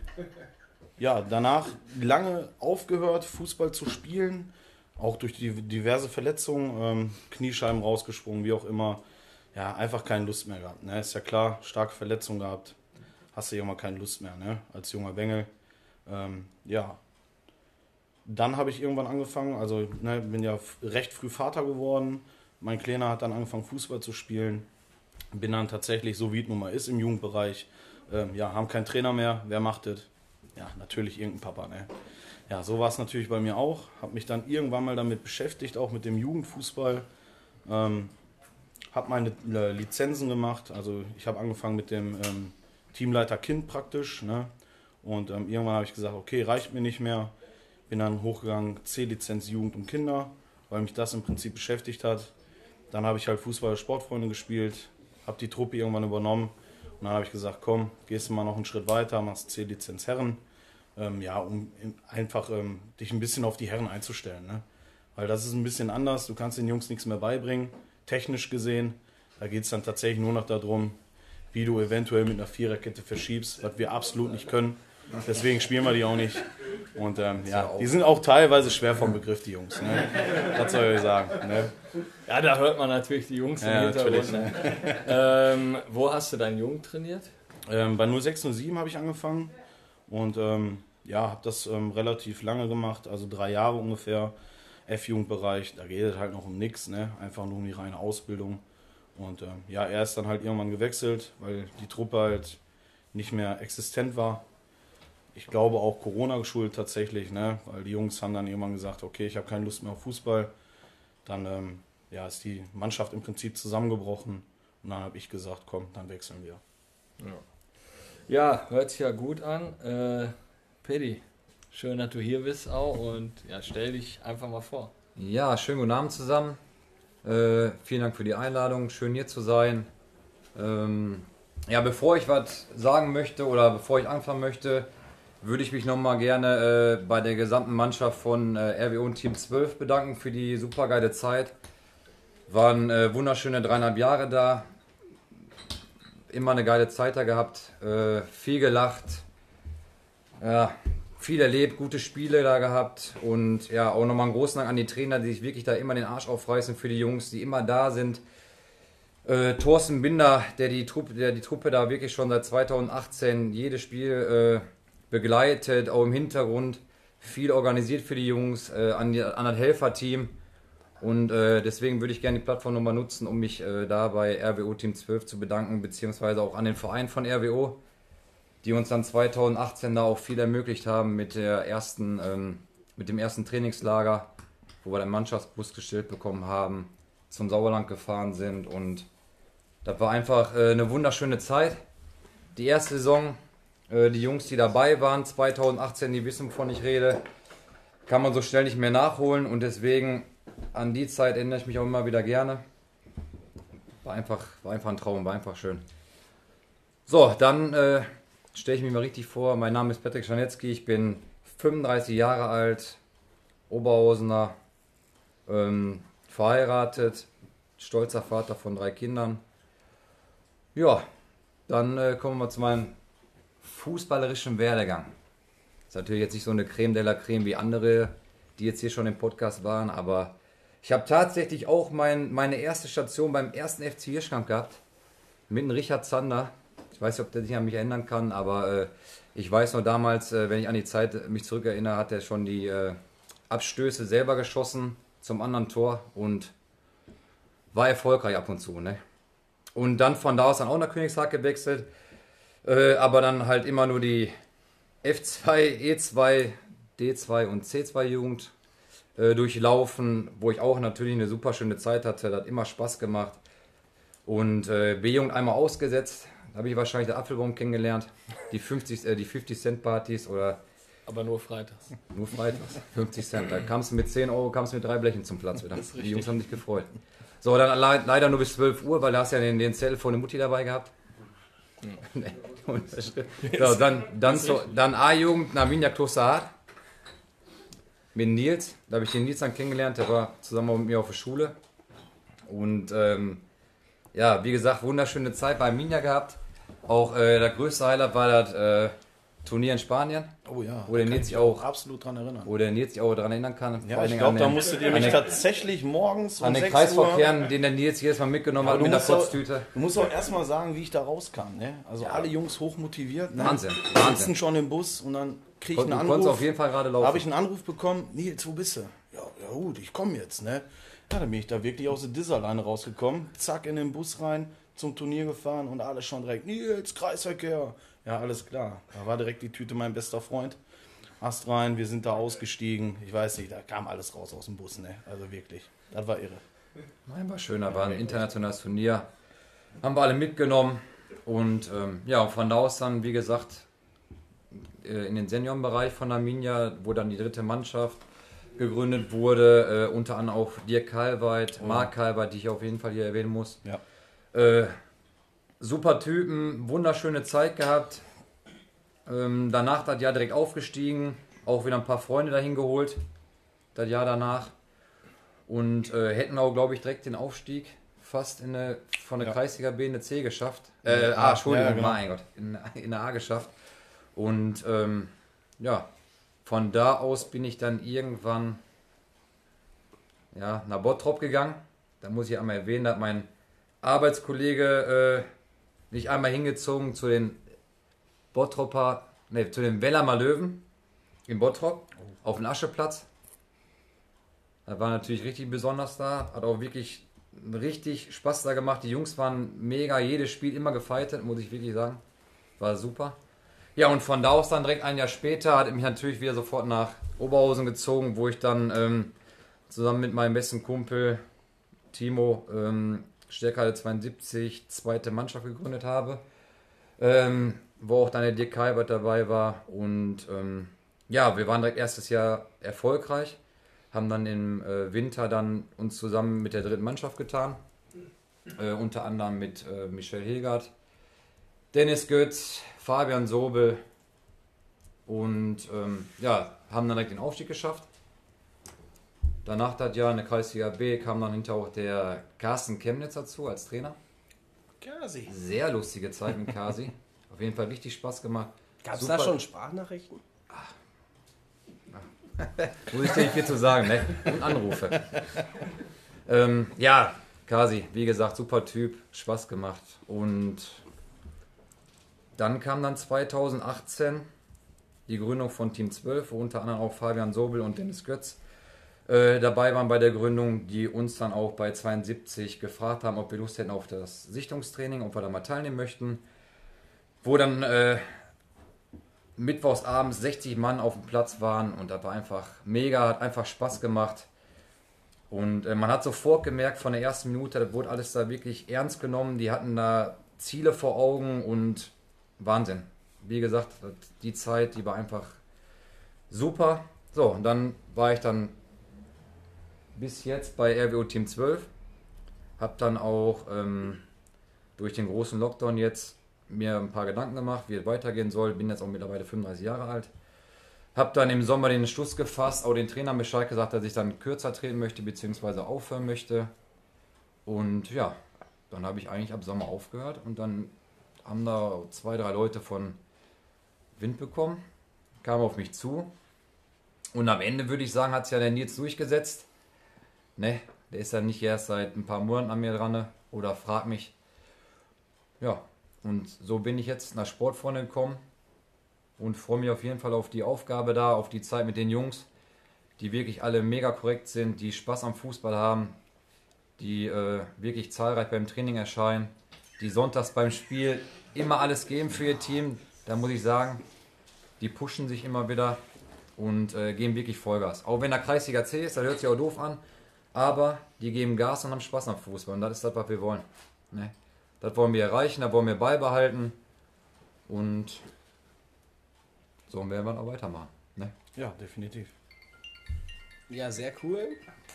ja, danach lange aufgehört, Fußball zu spielen. Auch durch die diverse Verletzungen, ähm, Kniescheiben rausgesprungen, wie auch immer. Ja, einfach keine Lust mehr gehabt. Ne? Ist ja klar, starke Verletzung gehabt. Hast du irgendwann keine Lust mehr, ne? Als junger Bengel. Ähm, ja. Dann habe ich irgendwann angefangen, also ne, bin ja f- recht früh Vater geworden. Mein Kleiner hat dann angefangen, Fußball zu spielen. Bin dann tatsächlich, so wie es nun mal ist im Jugendbereich, ähm, ja, haben keinen Trainer mehr. Wer macht das? Ja, natürlich irgendein Papa, ne? Ja, so war es natürlich bei mir auch. Habe mich dann irgendwann mal damit beschäftigt, auch mit dem Jugendfußball. Ähm, habe meine äh, Lizenzen gemacht. Also ich habe angefangen mit dem ähm, Teamleiter Kind praktisch. Ne? Und ähm, irgendwann habe ich gesagt, okay, reicht mir nicht mehr. Bin dann hochgegangen, C-Lizenz Jugend und Kinder, weil mich das im Prinzip beschäftigt hat. Dann habe ich halt Fußball Sportfreunde gespielt, habe die Truppe irgendwann übernommen. Und dann habe ich gesagt, komm, gehst du mal noch einen Schritt weiter, machst C-Lizenz Herren. Ähm, ja, um einfach ähm, dich ein bisschen auf die Herren einzustellen. Ne? Weil das ist ein bisschen anders, du kannst den Jungs nichts mehr beibringen, technisch gesehen. Da geht es dann tatsächlich nur noch darum, wie du eventuell mit einer Viererkette verschiebst, was wir absolut nicht können. Deswegen spielen wir die auch nicht. Und ähm, ja, die sind auch teilweise schwer vom Begriff, die Jungs. Ne? Das soll ich euch sagen. Ne? Ja, da hört man natürlich die Jungs im Ja, Hintergrund. natürlich. ähm, wo hast du deinen Jungen trainiert? Ähm, bei null sechs null sieben habe ich angefangen und ähm, ja, habe das ähm, relativ lange gemacht, also drei Jahre ungefähr. F-Jugendbereich, da geht es halt noch um nichts, ne? Einfach nur um die reine Ausbildung. Und ähm, ja, er ist dann halt irgendwann gewechselt, weil die Truppe halt nicht mehr existent war. Ich glaube auch Corona geschuldet tatsächlich, ne? Weil die Jungs haben dann irgendwann gesagt, okay, ich habe keine Lust mehr auf Fußball. Dann ähm, ja, ist die Mannschaft im Prinzip zusammengebrochen und dann habe ich gesagt, komm, dann wechseln wir. Ja, ja, hört sich ja gut an. Äh, Pedi, schön, dass du hier bist auch und ja, stell dich einfach mal vor. Ja, schönen guten Abend zusammen. Äh, vielen Dank für die Einladung, schön hier zu sein. Ähm, ja, bevor ich was sagen möchte oder bevor ich anfangen möchte, würde ich mich nochmal gerne äh, bei der gesamten Mannschaft von äh, R W O und Team zwölf bedanken für die super geile Zeit. Waren äh, wunderschöne dreieinhalb Jahre da. Immer eine geile Zeit da gehabt. Äh, viel gelacht. Ja, viel erlebt, gute Spiele da gehabt. Und ja, auch nochmal einen großen Dank an die Trainer, die sich wirklich da immer den Arsch aufreißen für die Jungs, die immer da sind. Äh, Thorsten Binder, der die, Truppe, der die Truppe da wirklich schon seit zweitausendachtzehn jedes Spiel äh, begleitet, auch im Hintergrund, viel organisiert für die Jungs, äh, an, die, an das Helferteam und äh, deswegen würde ich gerne die Plattform nochmal nutzen, um mich äh, da bei R W O Team zwölf zu bedanken, beziehungsweise auch an den Verein von R W O, die uns dann zweitausendachtzehn da auch viel ermöglicht haben mit, der ersten, ähm, mit dem ersten Trainingslager, wo wir den Mannschaftsbus gestellt bekommen haben, zum Sauerland gefahren sind und das war einfach äh, eine wunderschöne Zeit. Die erste Saison, die Jungs, die dabei waren, zweitausendachtzehn, die wissen, wovon ich rede, kann man so schnell nicht mehr nachholen und deswegen an die Zeit erinnere ich mich auch immer wieder gerne. War einfach, war einfach ein Traum, war einfach schön. So, dann äh, stelle ich mich mal richtig vor. Mein Name ist Patrick Scharnetzky, ich bin fünfunddreißig Jahre alt, Oberhausener, ähm, verheiratet, stolzer Vater von drei Kindern. Ja, dann äh, kommen wir zu meinem fußballerischen Werdegang. Ist natürlich jetzt nicht so eine Creme de la Creme wie andere, die jetzt hier schon im Podcast waren, aber ich habe tatsächlich auch mein, meine erste Station beim ersten F C Hirschkamp gehabt, mit dem Richard Zander. Ich weiß nicht, ob der sich an mich erinnern kann, aber äh, ich weiß noch damals, äh, wenn ich an die Zeit mich zurückerinnere, hat er schon die äh, Abstöße selber geschossen zum anderen Tor und war erfolgreich ab und zu. Ne? Und dann von da aus dann auch nach Königshardt gewechselt. Äh, aber dann halt immer nur die F zwei, E zwei, D zwei und C zwei Jugend äh, durchlaufen, wo ich auch natürlich eine super schöne Zeit hatte, das hat immer Spaß gemacht. Und äh, B-Jugend einmal ausgesetzt, da habe ich wahrscheinlich den Apfelbaum kennengelernt, die fünfzig, äh, die fünfzig Cent Partys oder... Aber nur freitags. Nur freitags, fünfzig Cent, da kamst du mit zehn Euro, kamst du mit drei Blechen zum Platz wieder. Die Jungs haben sich gefreut. So, dann le leider nur bis zwölf Uhr, weil da hast ja den, den Zettel von der Mutti dabei gehabt. Nee. So, dann, dann, so, dann A-Jugend nach Minjak Klosterhardt mit Nils. Da habe ich den Nils dann kennengelernt, der war zusammen mit mir auf der Schule. Und ähm, ja, wie gesagt, wunderschöne Zeit bei Minjak gehabt. Auch äh, das größte Highlight war das äh, Turnier in Spanien. Oh ja, wo der Nils sich auch absolut dran erinnern. Wo der Nils sich auch daran erinnern kann. Ja, ich glaube, da musstet ihr mich tatsächlich morgens um an den sechs Kreisverkehren, Uhr, den der Nils jedes Mal mitgenommen ja, hat mit einer Kotztüte. Du musst auch erstmal sagen, wie ich da rauskam. Ne? Also ja. alle Jungs hochmotiviert. Ne? Wahnsinn, Sitzen Wahnsinn. schon im Bus und dann kriege ich Du einen Anruf. konntest auf jeden Fall gerade laufen. Habe ich einen Anruf bekommen, Nils, wo bist du? Ja, ja gut, ich komme jetzt. Ne? Ja, dann bin ich da wirklich aus der Disserleine rausgekommen. Zack, in den Bus rein, zum Turnier gefahren und alle schon direkt, Nils, Kreisverkehr. Ja, alles klar. Da war direkt die Tüte mein bester Freund. Ast rein, wir sind da ausgestiegen. Ich weiß nicht, da kam alles raus aus dem Bus, ne? Also wirklich, das war irre. Nein, war schön, da war ein internationales Turnier. Haben wir alle mitgenommen. Und ähm, ja, von da aus dann, wie gesagt, äh, in den Seniorenbereich von Arminia, wo dann die dritte Mannschaft gegründet wurde. Äh, unter anderem auch Dirk Kalweit, oh. Marc Kalweit, die ich auf jeden Fall hier erwähnen muss. Ja. Äh, super Typen, wunderschöne Zeit gehabt. Ähm, danach das Jahr direkt aufgestiegen, auch wieder ein paar Freunde dahin geholt, das Jahr danach. Und äh, hätten auch, glaube ich, direkt den Aufstieg fast in eine, von der ja. Kreisliga B in eine C geschafft. Äh, A, Entschuldigung, ja, genau. mein Gott, in, in der A geschafft. Und ähm, ja, von da aus bin ich dann irgendwann ja, nach Bottrop gegangen. Da muss ich einmal erwähnen, da hat mein Arbeitskollege äh, mich einmal hingezogen zu den Bottroper, ne, zu den Wellermer Löwen in Bottrop auf dem Ascheplatz. Das war natürlich richtig besonders da, hat auch wirklich richtig Spaß da gemacht. Die Jungs waren mega, jedes Spiel immer gefightet, muss ich wirklich sagen. War super. Ja, und von da aus dann direkt ein Jahr später hat er mich natürlich wieder sofort nach Oberhausen gezogen, wo ich dann ähm, zusammen mit meinem besten Kumpel Timo ähm, Stärkhalle zweiundsiebzig zweite Mannschaft gegründet habe. Ähm, wo auch dann der Dirk Kalbert dabei war. Und ähm, ja, wir waren direkt erstes Jahr erfolgreich. Haben dann im äh, Winter dann uns zusammen mit der dritten Mannschaft getan. Äh, unter anderem mit äh, Michel Hilgert, Dennis Götz, Fabian Sobel. Und ähm, ja, haben dann direkt den Aufstieg geschafft. Danach das Jahr in der Kreisliga B kam dann hinterher auch der Carsten Chemnitz dazu als Trainer. Kasi. Sehr lustige Zeit mit Kasi. Auf jeden Fall richtig Spaß gemacht. Gab es da schon Sprachnachrichten? Ach. Muss ich dir nicht viel zu sagen, ne? Und Anrufe. ähm, ja, Kasi, wie gesagt, super Typ, Spaß gemacht. Und dann kam dann zweitausendachtzehn die Gründung von Team zwölf, wo unter anderem auch Fabian Sobel und Dennis Götz äh, dabei waren bei der Gründung, die uns dann auch bei zweiundsiebzig gefragt haben, ob wir Lust hätten auf das Sichtungstraining, ob wir da mal teilnehmen möchten. Wo dann äh, mittwochsabends sechzig Mann auf dem Platz waren und das war einfach mega, hat einfach Spaß gemacht. Und äh, man hat sofort gemerkt von der ersten Minute, das wurde alles da wirklich ernst genommen. Die hatten da Ziele vor Augen und Wahnsinn. Wie gesagt, die Zeit, die war einfach super. So, und dann war ich dann bis jetzt bei R W O Team zwölf. Hab dann auch ähm, durch den großen Lockdown jetzt mir ein paar Gedanken gemacht, wie es weitergehen soll. Bin jetzt auch mittlerweile fünfunddreißig Jahre alt. Hab dann im Sommer den Schluss gefasst, auch den Trainern Bescheid gesagt, dass ich dann kürzer treten möchte, beziehungsweise aufhören möchte. Und ja, dann habe ich eigentlich ab Sommer aufgehört und dann haben da zwei, drei Leute von Wind bekommen, kamen auf mich zu. Und am Ende würde ich sagen, hat es ja der Nils durchgesetzt. Ne, der ist ja nicht erst seit ein paar Monaten an mir dran oder fragt mich. Ja, und so bin ich jetzt nach Sportfreunde gekommen und freue mich auf jeden Fall auf die Aufgabe da, auf die Zeit mit den Jungs, die wirklich alle mega korrekt sind, die Spaß am Fußball haben, die äh, wirklich zahlreich beim Training erscheinen, die sonntags beim Spiel immer alles geben für ihr Team. Da muss ich sagen, die pushen sich immer wieder und äh, geben wirklich Vollgas. Auch wenn der Kreisliga C ist, da hört sich auch doof an, aber die geben Gas und haben Spaß am Fußball und das ist das, was wir wollen. Ne? Das wollen wir erreichen, das wollen wir beibehalten und so werden wir auch weitermachen. Ne? Ja, definitiv. Ja, sehr cool.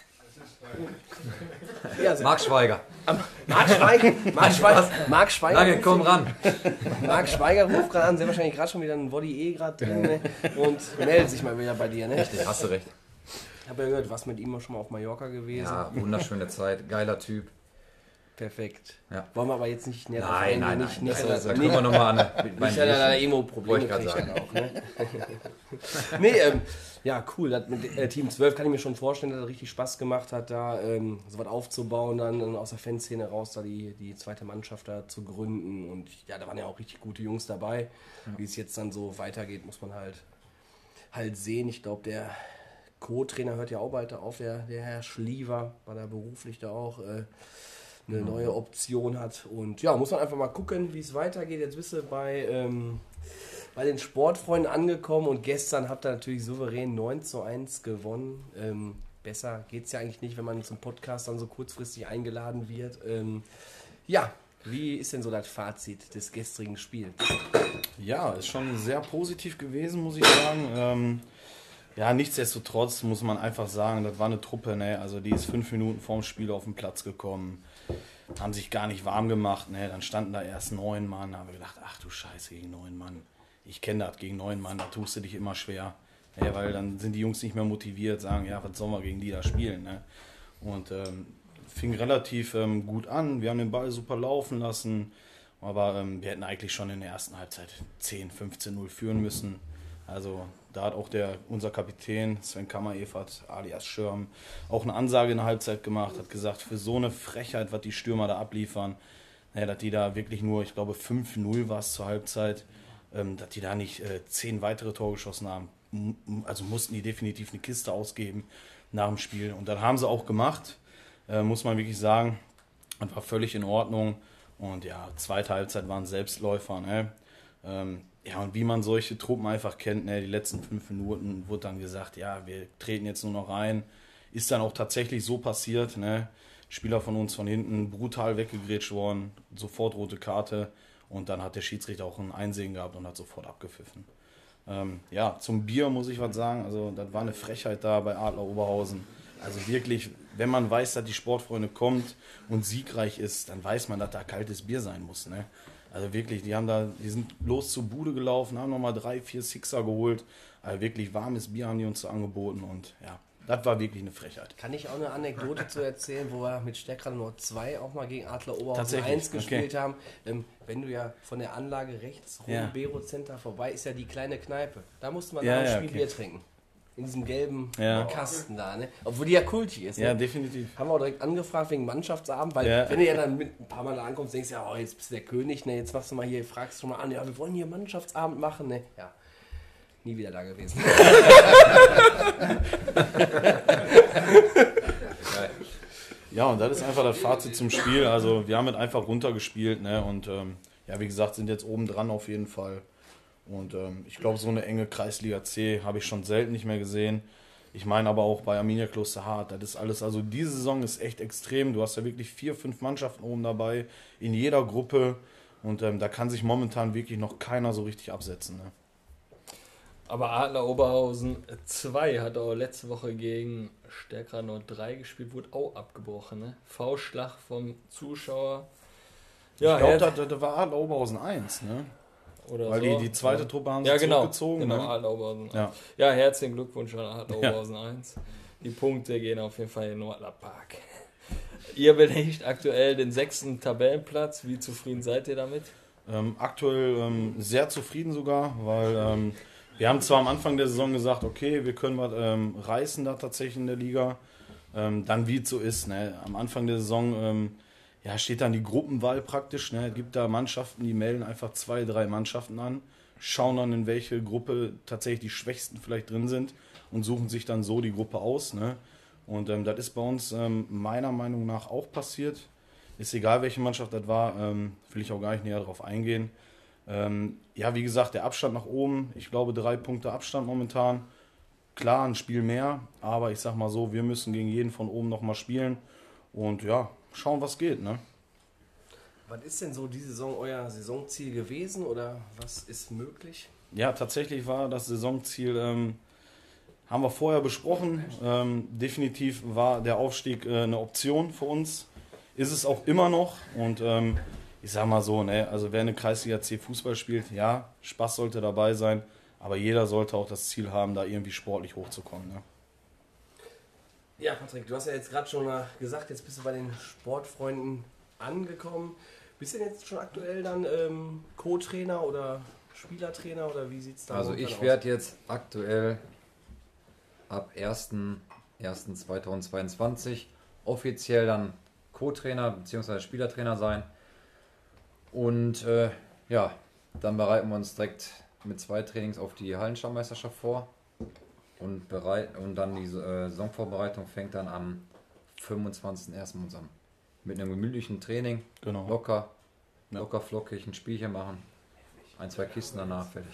Ja, sehr Marc Schweiger. Marc Schweiger. Marc Schweiger. Marc Schweiger. Danke, komm ran. Marc Schweiger ruft gerade an, sehr wahrscheinlich gerade schon wieder ein Body E gerade drin, ne? Und meldet sich mal wieder bei dir, ne? Richtig, hast du recht. Ich habe ja gehört, du warst mit ihm auch schon mal auf Mallorca gewesen. Ja, wunderschöne Zeit, geiler Typ. Perfekt. Ja. Wollen wir aber jetzt nicht näher Nein, drauf nein, nicht, nein. nicht Das, so, das, da nicht, können wir nochmal an. nicht, dass er da Emo-Probleme kriegt dann auch, ne? Nee, ähm, ja, cool. Das mit äh, Team zwölf kann ich mir schon vorstellen, dass es richtig Spaß gemacht hat, da ähm, so was aufzubauen, dann, dann aus der Fanszene raus da die, die zweite Mannschaft da zu gründen. Und ja, da waren ja auch richtig gute Jungs dabei. Ja. Wie es jetzt dann so weitergeht, muss man halt, halt sehen. Ich glaube, der Co-Trainer hört ja auch bald auf, der, der Herr Schliever, weil er beruflich da auch äh, eine neue Option hat. Und ja, muss man einfach mal gucken, wie es weitergeht. Jetzt wisst ihr, bei, ähm, bei den Sportfreunden angekommen und gestern habt ihr natürlich souverän neun zu eins gewonnen. Ähm, besser geht es ja eigentlich nicht, wenn man zum Podcast dann so kurzfristig eingeladen wird. Ähm, ja, wie ist denn so das Fazit des gestrigen Spiels? Ja, ist schon sehr positiv gewesen, muss ich sagen. Ähm, ja, nichtsdestotrotz muss man einfach sagen, das war eine Truppe, ne? Also die ist fünf Minuten vorm Spiel auf den Platz gekommen, haben sich gar nicht warm gemacht, ne? Dann standen da erst neun Mann, da haben wir gedacht, ach du Scheiße, gegen neun Mann. Ich kenne das, gegen neun Mann, da tust du dich immer schwer. Ne? Weil dann sind die Jungs nicht mehr motiviert, sagen, ja, was sollen wir gegen die da spielen, ne? Und ähm, fing relativ ähm, gut an, wir haben den Ball super laufen lassen, aber ähm, wir hätten eigentlich schon in der ersten Halbzeit zehn, fünfzehn null führen müssen. Also da hat auch der, unser Kapitän Sven Kammer-Evert alias Schirm auch eine Ansage in der Halbzeit gemacht, hat gesagt, für so eine Frechheit, was die Stürmer da abliefern, naja, dass die da wirklich nur, ich glaube fünf null war es zur Halbzeit, ähm, dass die da nicht äh, zehn weitere Tore geschossen haben. M- also mussten die definitiv eine Kiste ausgeben nach dem Spiel. Und dann haben sie auch gemacht, äh, muss man wirklich sagen. Das war völlig in Ordnung. Und ja, zweite Halbzeit waren Selbstläufer. Ne? Ähm, ja, und wie man solche Truppen einfach kennt, ne? Die letzten fünf Minuten wurde dann gesagt, ja, wir treten jetzt nur noch rein. Ist dann auch tatsächlich so passiert. Ne? Spieler von uns von hinten brutal weggegrätscht worden, sofort rote Karte. Und dann hat der Schiedsrichter auch ein Einsehen gehabt und hat sofort abgepfiffen. Ähm, ja, zum Bier muss ich was sagen. Also, das war eine Frechheit da bei Adler Oberhausen. Also wirklich, wenn man weiß, dass die Sportfreunde kommt und siegreich ist, dann weiß man, dass da kaltes Bier sein muss. Ne? Also wirklich, die haben da, die sind los zur Bude gelaufen, haben nochmal drei, vier Sixer geholt. Also wirklich warmes Bier haben die uns so angeboten und ja, das war wirklich eine Frechheit. Kann ich auch eine Anekdote zu erzählen, wo wir mit Stärkrade Nord zwei auch mal gegen Adler Oberhausen Tatsächlich? eins gespielt Okay. haben. Ähm, wenn du ja von der Anlage rechts rum, Ja. Bero Center vorbei, ist ja die kleine Kneipe. Da musste man Ja, nach dem ja, Spiel okay. Bier trinken. In diesem gelben Ja. Kasten da, ne? Obwohl die ja kultig ist. Ne? Ja, definitiv. Haben wir auch direkt angefragt wegen Mannschaftsabend, weil Ja. wenn du ja dann mit ein paar Mal da ankommst, denkst du ja, oh, jetzt bist du der König, ne? Jetzt machst du mal hier, fragst du mal an, ja, wir wollen hier Mannschaftsabend machen, ne? Ja, nie wieder da gewesen. Ja, und das ist einfach das Fazit zum Spiel. Also wir haben es einfach runtergespielt, ne? Und ähm, ja, wie gesagt, sind jetzt oben dran auf jeden Fall. Und ähm, ich glaube, so eine enge Kreisliga C habe ich schon selten nicht mehr gesehen. Ich meine aber auch bei Arminia Klosterhardt, das ist alles, also diese Saison ist echt extrem. Du hast ja wirklich vier, fünf Mannschaften oben dabei, in jeder Gruppe. Und ähm, da kann sich momentan wirklich noch keiner so richtig absetzen. Ne? Aber Adler Oberhausen zwei hat auch letzte Woche gegen Stärkrade Nord drei gespielt, wurde auch abgebrochen. Ne? V-Schlag vom Zuschauer. Ja, ich glaube, Herz- das, das war Adler Oberhausen eins, ne? oder Weil so. die, die zweite ja. Truppe haben Ja, sie genau. zurückgezogen. Genau, Ne? Adler Oberhausen. Ja. Ja, herzlichen Glückwunsch an Adler Ja. Oberhausen eins. Die Punkte gehen auf jeden Fall in den Nordler Park. Ihr belegt aktuell den sechsten Tabellenplatz. Wie zufrieden seid ihr damit? Ähm, aktuell ähm, sehr zufrieden sogar, weil ähm, wir haben zwar am Anfang der Saison gesagt, okay, wir können was ähm, reißen da tatsächlich in der Liga, ähm, dann wie es so ist. Ne? Am Anfang der Saison ähm, ja, steht dann die Gruppenwahl praktisch. Ne? Es gibt da Mannschaften, die melden einfach zwei, drei Mannschaften an, schauen dann, in welche Gruppe tatsächlich die Schwächsten vielleicht drin sind und suchen sich dann so die Gruppe aus. Ne? Und ähm, das ist bei uns ähm, meiner Meinung nach auch passiert. Ist egal, welche Mannschaft das war, ähm, will ich auch gar nicht näher darauf eingehen. Ähm, ja, wie gesagt, der Abstand nach oben, ich glaube drei Punkte Abstand momentan. Klar, ein Spiel mehr, aber ich sag mal so, wir müssen gegen jeden von oben nochmal spielen und ja, schauen, was geht. Ne? Was ist denn so die Saison euer Saisonziel gewesen oder was ist möglich? Ja, tatsächlich war das Saisonziel, ähm, haben wir vorher besprochen. Ähm, definitiv war der Aufstieg äh, eine Option für uns. Ist es auch immer noch. Und ähm, ich sag mal so, ne, also wer eine Kreisliga C Fußball spielt, ja, Spaß sollte dabei sein. Aber jeder sollte auch das Ziel haben, da irgendwie sportlich hochzukommen. Ne? Ja, Patrick, du hast ja jetzt gerade schon mal gesagt, jetzt bist du bei den Sportfreunden angekommen. Bist du denn jetzt schon aktuell dann ähm, Co-Trainer oder Spielertrainer oder wie sieht es da Also momentan ich aus? werde jetzt aktuell ab ersten ersten zweitausendzweiundzwanzig offiziell dann Co-Trainer bzw. Spielertrainer sein. Und äh, ja, dann bereiten wir uns direkt mit zwei Trainings auf die Hallenstammeisterschaft vor. Und, bereit, und dann die äh, Saisonvorbereitung fängt dann am fünfundzwanzigsten ersten uns an. Mit einem gemütlichen Training, Genau. locker, Ja. locker flockig ein Spielchen machen. ein, zwei Kisten danach fertig.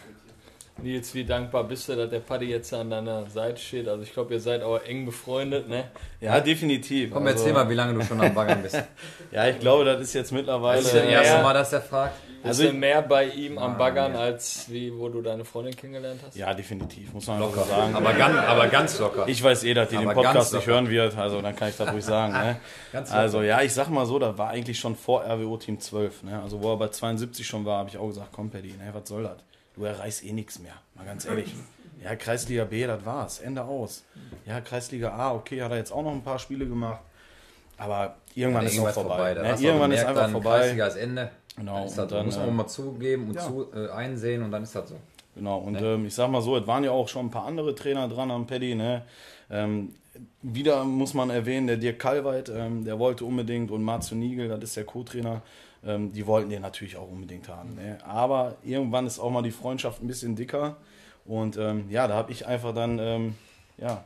Nils, wie dankbar bist du, dass der Paddy jetzt an deiner Seite steht? Also ich glaube, ihr seid auch eng befreundet, ne? Ja, definitiv. Komm, also, erzähl mal, wie lange du schon am Baggern bist. Ja, ich glaube, das ist jetzt mittlerweile... Das ist das erste Mal, dass der fragt. Also Also ich- mehr bei ihm am Ah, Baggern, ja. als wie wo du deine Freundin kennengelernt hast? Ja, definitiv, muss man Locker. so sagen. Aber ganz, aber ganz locker. Ich weiß eh, dass die den Aber Podcast ganz nicht locker. hören wird, also dann kann ich das ruhig sagen. Ne? Ganz locker. Also ja, ich sag mal so, das war eigentlich schon vor R W O Team zwölf. Ne? Also wo er bei zweiundsiebzig schon war, habe ich auch gesagt, komm Paddy, ne, was soll das? Du erreichst eh nichts mehr, mal ganz ehrlich. Ja, Kreisliga B, das war's, Ende aus. Ja, Kreisliga A, okay, hat er jetzt auch noch ein paar Spiele gemacht. Aber irgendwann ist es auch vorbei. Da Ne? hast du Irgendwann ist gemerkt, einfach dann vorbei. Kreisliga ist Ende. Genau, Dann ist das und so. dann, Muss man äh, auch mal zugeben und ja. zu, äh, einsehen und dann ist das so. Genau, und Ne? ähm, ich sag mal so, es waren ja auch schon ein paar andere Trainer dran am Paddy. Ne? Ähm, wieder muss man erwähnen, der Dirk Kalweit, ähm, der wollte unbedingt, und Marzio Nigel, das ist der Co-Trainer, ähm, die wollten den natürlich auch unbedingt haben. Ne? Aber irgendwann ist auch mal die Freundschaft ein bisschen dicker. Und ähm, ja, da habe ich einfach dann ähm, ja,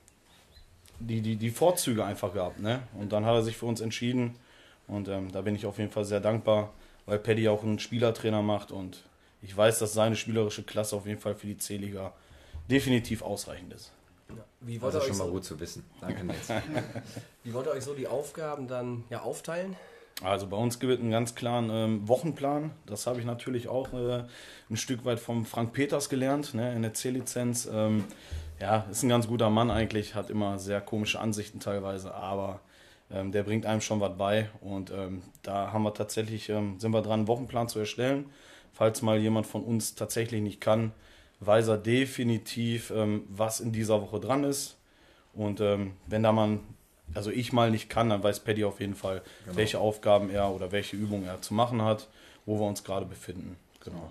die, die, die Vorzüge einfach gehabt. Ne? Und dann hat er sich für uns entschieden. Und ähm, da bin ich auf jeden Fall sehr dankbar, weil Paddy auch einen Spielertrainer macht. Und ich weiß, dass seine spielerische Klasse auf jeden Fall für die C-Liga definitiv ausreichend ist. Wie Das wollt, ihr ist euch schon mal so, gut zu wissen. Danke, Nils. wie wollt ihr euch so die Aufgaben dann ja aufteilen? Also bei uns gibt es einen ganz klaren ähm, Wochenplan. Das habe ich natürlich auch äh, ein Stück weit vom Frank Peters gelernt, ne, in der C-Lizenz. Ähm, ja, ist ein ganz guter Mann eigentlich, hat immer sehr komische Ansichten teilweise, aber ähm, der bringt einem schon was bei. Und ähm, da haben wir tatsächlich, ähm, sind wir dran, einen Wochenplan zu erstellen. Falls mal jemand von uns tatsächlich nicht kann, weiß er definitiv, ähm, was in dieser Woche dran ist. Und ähm, wenn da man, also ich mal nicht kann, dann weiß Paddy auf jeden Fall, Genau. welche Aufgaben er oder welche Übungen er zu machen hat, wo wir uns gerade befinden. Genau.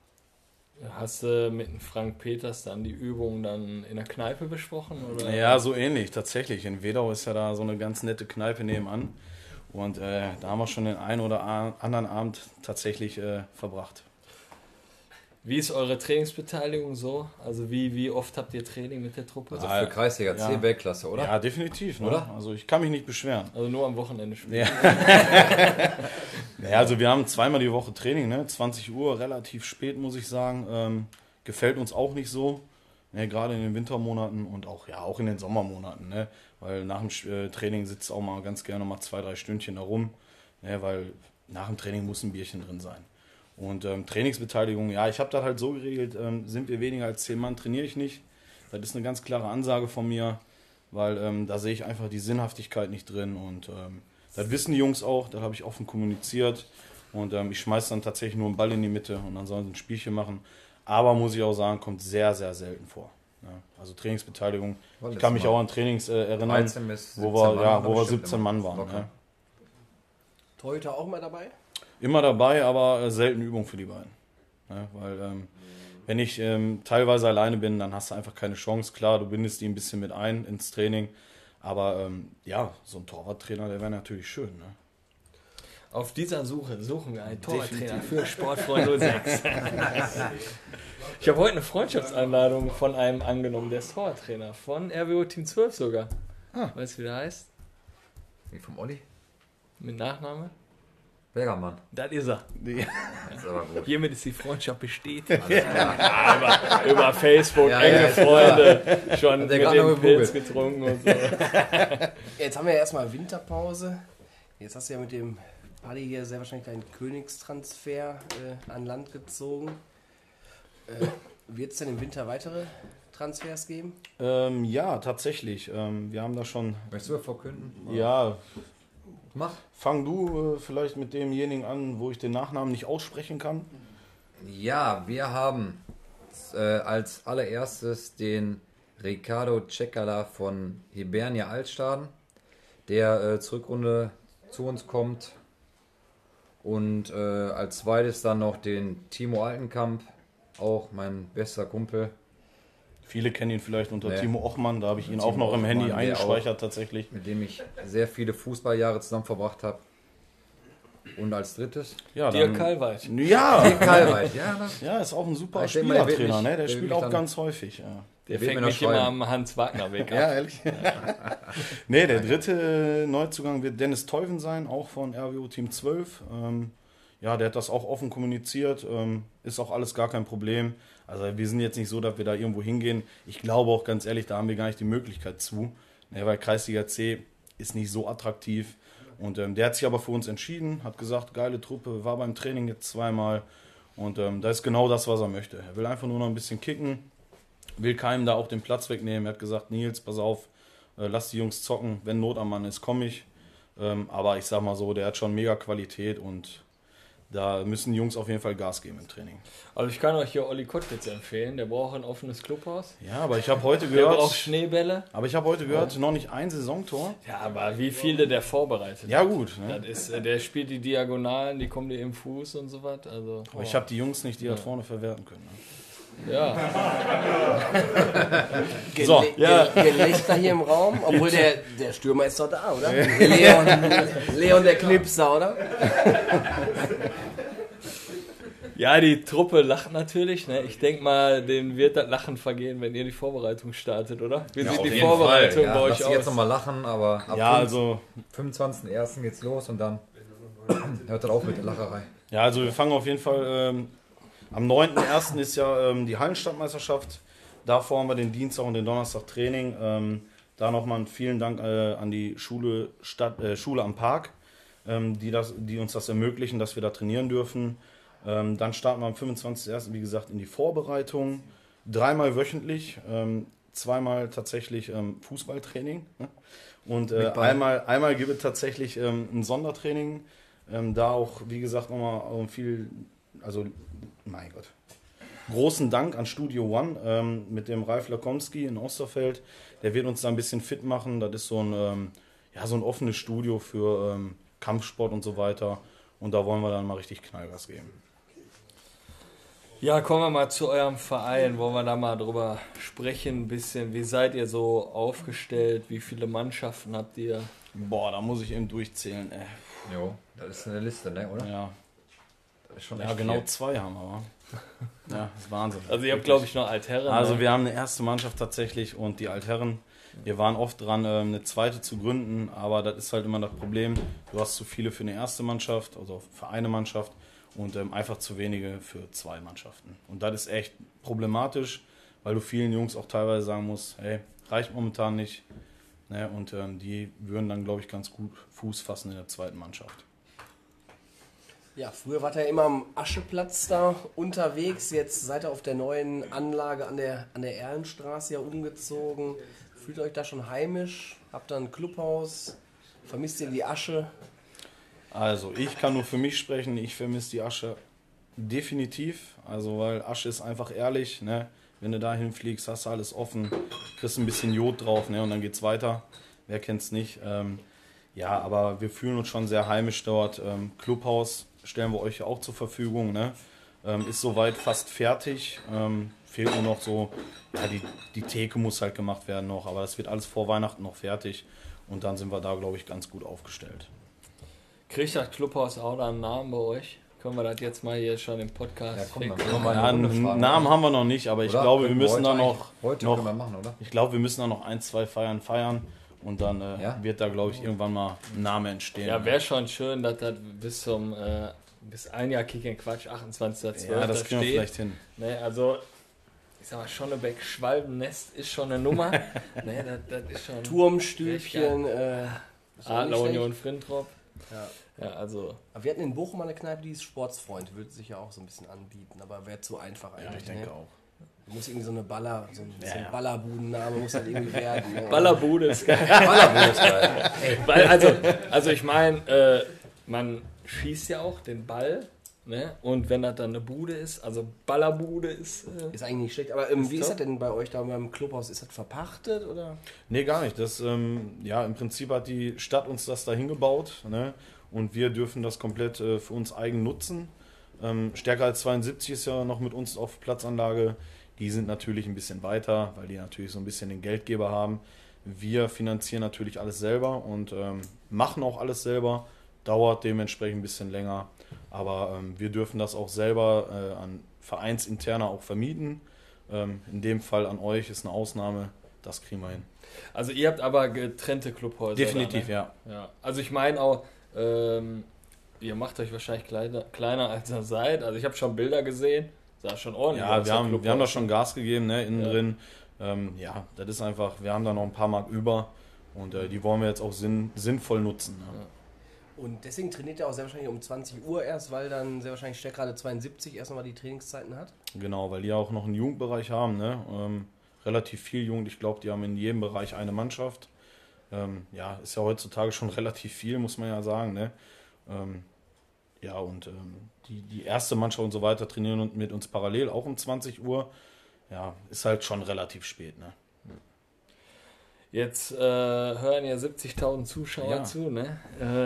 Hast du mit dem Frank Peters dann die Übungen dann in der Kneipe besprochen? Oder? Ja, so ähnlich, tatsächlich. In Wedau ist ja da so eine ganz nette Kneipe nebenan. Und äh, da haben wir schon den einen oder a- anderen Abend tatsächlich äh, verbracht. Wie ist eure Trainingsbeteiligung so? Also wie, wie oft habt ihr Training mit der Truppe? Also Also, für Kreisliga C Ja. Weltklasse, oder? Ja, definitiv. Ne? Oder? Also ich kann mich nicht beschweren. also nur am Wochenende spielen. Ja, also wir haben zweimal die Woche Training, ne? zwanzig Uhr, relativ spät, muss ich sagen. Ähm, gefällt uns auch nicht so, ne? Gerade in den Wintermonaten und auch, ja, auch in den Sommermonaten. Ne? Weil nach dem äh, Training sitzt auch mal ganz gerne mal zwei, drei Stündchen da rum, ne? Weil nach dem Training muss ein Bierchen drin sein. Und ähm, Trainingsbeteiligung, ja, ich habe das halt so geregelt, ähm, sind wir weniger als zehn Mann, trainiere ich nicht. Das ist eine ganz klare Ansage von mir, weil ähm, da sehe ich einfach die Sinnhaftigkeit nicht drin und ähm, das wissen die Jungs auch, das habe ich offen kommuniziert und ähm, ich schmeiße dann tatsächlich nur einen Ball in die Mitte und dann sollen sie ein Spielchen machen. Aber muss ich auch sagen, kommt sehr, sehr selten vor. Ja, also Trainingsbeteiligung, War ich letztes kann mich Mal. auch an Trainings äh, erinnern, dreizehn bis wo siebzehn wir, Mann ja, waren wo wir bestimmt siebzehn immer. Mann waren. Locker. Ne? Torhüter auch mal dabei? Immer dabei, aber äh, selten Übung für die beiden. Ne? Weil ähm, wenn ich ähm, teilweise alleine bin, dann hast du einfach keine Chance. Klar, du bindest die ein bisschen mit ein ins Training. Aber ähm, ja, so ein Torwarttrainer, der wäre natürlich schön. Ne? Auf dieser Suche suchen wir einen Torwarttrainer für Sportfreund null sechs. Ich habe heute eine Freundschaftseinladung von einem angenommen, der ist Torwarttrainer von R W O Team zwölf sogar. Ah. Weißt du, wie der heißt? Wie vom Olli? Mit Nachname? Bergermann. Das ist er. Das ist aber gut. Hiermit ist die Freundschaft bestätigt. Alles klar. Über Facebook, Ja, enge ja, ist Freunde, schon Hat der mit gerade noch dem Pilz gegoogelt. getrunken und so. Jetzt haben wir ja erstmal Winterpause. Jetzt hast du ja mit dem Paddy hier sehr wahrscheinlich einen Königstransfer äh, an Land gezogen. Äh, Wird es denn im Winter weitere Transfers geben? Ähm, ja, tatsächlich. Ähm, wir haben da schon. Möchtest du verkünden? Ja, Mach. fang du äh, vielleicht mit demjenigen an, wo ich den Nachnamen nicht aussprechen kann. Ja, wir haben äh, als allererstes den Ricardo Cekala von Hibernia Altstaden, der äh, zur Rückrunde zu uns kommt. Und äh, als zweites dann noch den Timo Altenkamp, auch mein bester Kumpel. Viele kennen ihn vielleicht unter Nee. Timo Ochmann, da habe ich ihn Timo auch noch im Ochmann, Handy der eingespeichert tatsächlich. Mit dem ich sehr viele Fußballjahre zusammen verbracht habe. Und als drittes? Ja, Dirk Kalweit. Ja, Kalweit, ja, das ja, ist auch ein super Ich denke mal, der wird Spielertrainer, mich- ne? Der der wird spielt mich auch dann- ganz häufig. Ja, Der wird mir fängt noch mich immer schreiben. am Hans-Wagner-Weg ab. ja ehrlich. Nee, der dritte Neuzugang wird Dennis Teuven sein, auch von R W O Team zwölf. Ähm, ja, der hat das auch offen kommuniziert, ähm, ist auch alles gar kein Problem. Also wir sind jetzt nicht so, dass wir da irgendwo hingehen. Ich glaube auch ganz ehrlich, da haben wir gar nicht die Möglichkeit zu, ne, weil Kreisliga C ist nicht so attraktiv. Und ähm, der hat sich aber für uns entschieden, hat gesagt, geile Truppe, war beim Training jetzt zweimal. Und ähm, das ist genau das, was er möchte. Er will einfach nur noch ein bisschen kicken, will keinem da auch den Platz wegnehmen. Er hat gesagt, Nils, pass auf, äh, lass die Jungs zocken, wenn Not am Mann ist, komme ich. Ähm, aber ich sag mal so, der hat schon mega Qualität und da müssen die Jungs auf jeden Fall Gas geben im Training. Also ich kann euch hier Olli Kottwitz empfehlen, der braucht ein offenes Clubhaus. Ja, aber ich habe heute Der braucht gehört, Schneebälle. aber ich habe heute gehört, noch nicht ein Saisontor. Ja, aber wie viele der vorbereitet Ja hat. gut, ne? Das ist, äh, der spielt die Diagonalen, die kommen dir im Fuß und so was. Also, Aber ich habe die Jungs nicht, die das vorne verwerten können. Ne? ja. Gel So, ja. Gel Gelächter hier im Raum, obwohl der, der Stürmer ist doch da, oder? Leon, Leon der Knipser, oder? ja, die Truppe lacht natürlich. Ne? Ich denke mal, denen wird das Lachen vergehen, wenn ihr die Vorbereitung startet, oder? Wie Ja, sieht auf die jeden Vorbereitung Fall. bei Ja, euch lass dich aus? jetzt nochmal lachen, aber ab Ja, also, fünfundzwanzigsten ersten geht's los und dann hört das auf mit der Lacherei. ja, also wir fangen auf jeden Fall, ähm, am neunten ersten ist ja ähm, die Hallenstadtmeisterschaft. Davor haben wir den Dienstag und den Donnerstag Training. Ähm, da nochmal einen vielen Dank äh, an die Schule, Stadt, äh, Schule am Park, ähm, die, das, die uns das ermöglichen, dass wir da trainieren dürfen. Ähm, dann starten wir am fünfundzwanzigsten ersten wie gesagt, in die Vorbereitung. Dreimal wöchentlich, ähm, zweimal tatsächlich ähm, Fußballtraining. Ne? Und äh, einmal, einmal gibt es tatsächlich ähm, ein Sondertraining. Ähm, da auch, wie gesagt, nochmal ähm, viel, also, mein Gott. Großen Dank an Studio One ähm, mit dem Ralf Lakomski in Osterfeld. Der wird uns da ein bisschen fit machen. Das ist so ein, ähm, ja, so ein offenes Studio für ähm, Kampfsport und so weiter. Und da wollen wir dann mal richtig Knallgas geben. Ja, kommen wir mal zu eurem Verein. Wollen wir da mal drüber sprechen ein bisschen. Wie seid ihr so aufgestellt? Wie viele Mannschaften habt ihr? Boah, da muss ich eben durchzählen. Ey. Jo, das ist eine Liste, ne, oder? Ja, Das ist schon ja echt genau viel. zwei haben wir. wa? Ja, das ist Wahnsinn. Also ihr habt, glaube ich, noch Altherren. Also ne? wir haben eine erste Mannschaft tatsächlich und die Altherren. Wir waren oft dran, ähm, eine zweite zu gründen, aber das ist halt immer das Problem. Du hast zu viele für eine erste Mannschaft, also für eine Mannschaft und ähm, einfach zu wenige für zwei Mannschaften. Und das ist echt problematisch, weil du vielen Jungs auch teilweise sagen musst, hey, reicht momentan nicht. Ne? Und ähm, die würden dann, glaube ich, ganz gut Fuß fassen in der zweiten Mannschaft. Ja, früher war er immer am Ascheplatz da unterwegs. Jetzt seid ihr auf der neuen Anlage an der, an der Erlenstraße ja umgezogen. Fühlt ihr euch da schon heimisch? Habt ihr ein Clubhaus? Vermisst ihr die Asche? Also, ich kann nur für mich sprechen, ich vermisse die Asche definitiv. Also, weil Asche ist einfach ehrlich, ne? Wenn du da hinfliegst, hast du alles offen, kriegst ein bisschen Jod drauf, ne? Und dann geht's weiter. Wer kennt's nicht? Ähm, ja, aber wir fühlen uns schon sehr heimisch dort. Ähm, Clubhaus stellen wir euch ja auch zur Verfügung, ne? Ähm, ist soweit fast fertig. Ähm, fehlt nur noch so, ja, die, die Theke muss halt gemacht werden noch, aber das wird alles vor Weihnachten noch fertig. Und dann sind wir da, glaube ich, ganz gut aufgestellt. Kriegt das Clubhaus auch da einen Namen bei euch? Können wir das jetzt mal hier schon im Podcast Ja, komm, dann fixen? können wir mal Ja, eine Runde einen fragen, Namen oder? haben wir noch nicht, aber ich Oder? glaube, wir Können müssen heute da noch, eigentlich- Heute noch können wir machen, oder? ich glaube, wir müssen da noch ein, zwei Feiern feiern und dann äh, Ja? wird da, glaube ich, irgendwann mal ein Name entstehen. Ja, wäre schon schön, dass das bis zum äh, bis ein Jahr Kick and Quatsch, achtundzwanzigster zwölfter ja, das kriegen wir steht. vielleicht hin. Ne, also, ich sag mal, Schonnebeck Schwalbennest ist schon eine Nummer. ne, das, das ist schon Turmstübchen. Äh, ist auch Adler nicht schlecht. Union Frintrop. Ja. Ja, also. Aber wir hatten in Bochum mal eine Kneipe, die ist Sportsfreund. Würde sich ja auch so ein bisschen anbieten, aber wäre zu einfach eigentlich. Ja, ich denke ne? auch. Muss irgendwie so eine Baller, so ein, so ein Ja. Ballerbudenname muss halt irgendwie werden. Ne? Ballerbude ist geil. Ballerbude ist geil. Weil, also, also ich meine, äh, man schießt ja auch den Ball. Ne? Und wenn das dann eine Bude ist, also Ballerbude ist. Äh, Ist eigentlich nicht schlecht. Aber ähm, Ist wie ist top. das denn bei euch da beim Clubhaus? Ist das verpachtet oder? Nee, gar nicht. Das, ähm, ja, im Prinzip hat die Stadt uns das da hingebaut, ne? Und wir dürfen das komplett äh, für uns eigen nutzen. Ähm, Stärker als zweiundsiebzig ist ja noch mit uns auf Platzanlage. Die sind natürlich ein bisschen weiter, weil die natürlich so ein bisschen den Geldgeber haben. Wir finanzieren natürlich alles selber und ähm, machen auch alles selber. Dauert dementsprechend ein bisschen länger. Aber ähm, wir dürfen das auch selber äh, an Vereinsinterner auch vermieten. Ähm, in dem Fall an euch ist eine Ausnahme. Das kriegen wir hin. also ihr habt aber getrennte Clubhäuser. Definitiv, da, ne? ja. ja. Also ich meine auch, ähm, ihr macht euch wahrscheinlich kleiner, kleiner als ihr seid. Also ich habe schon Bilder gesehen, sah schon ordentlich aus. Ja, wir haben, wir haben da schon Gas gegeben, ne, innen Ja. drin. Ähm, ja, das ist einfach, wir haben da noch ein paar Mark über und äh, die wollen wir jetzt auch sinn, sinnvoll nutzen. Ne? Ja. Und deswegen trainiert er auch sehr wahrscheinlich um zwanzig Uhr erst, weil dann sehr wahrscheinlich Stärkrade zweiundsiebzig erst nochmal die Trainingszeiten hat. Genau, weil die auch noch einen Jugendbereich haben, ne? Ähm, relativ viel Jugend. Ich glaube, die haben in jedem Bereich eine Mannschaft. Ähm, ja, ist ja heutzutage schon relativ viel, muss man ja sagen, ne? Ähm, ja, und ähm, die, die erste Mannschaft und so weiter trainieren mit uns parallel, auch um zwanzig Uhr. Ja, ist halt schon relativ spät, ne? Jetzt äh, hören ja siebzigtausend Zuschauer Ja. zu, ne?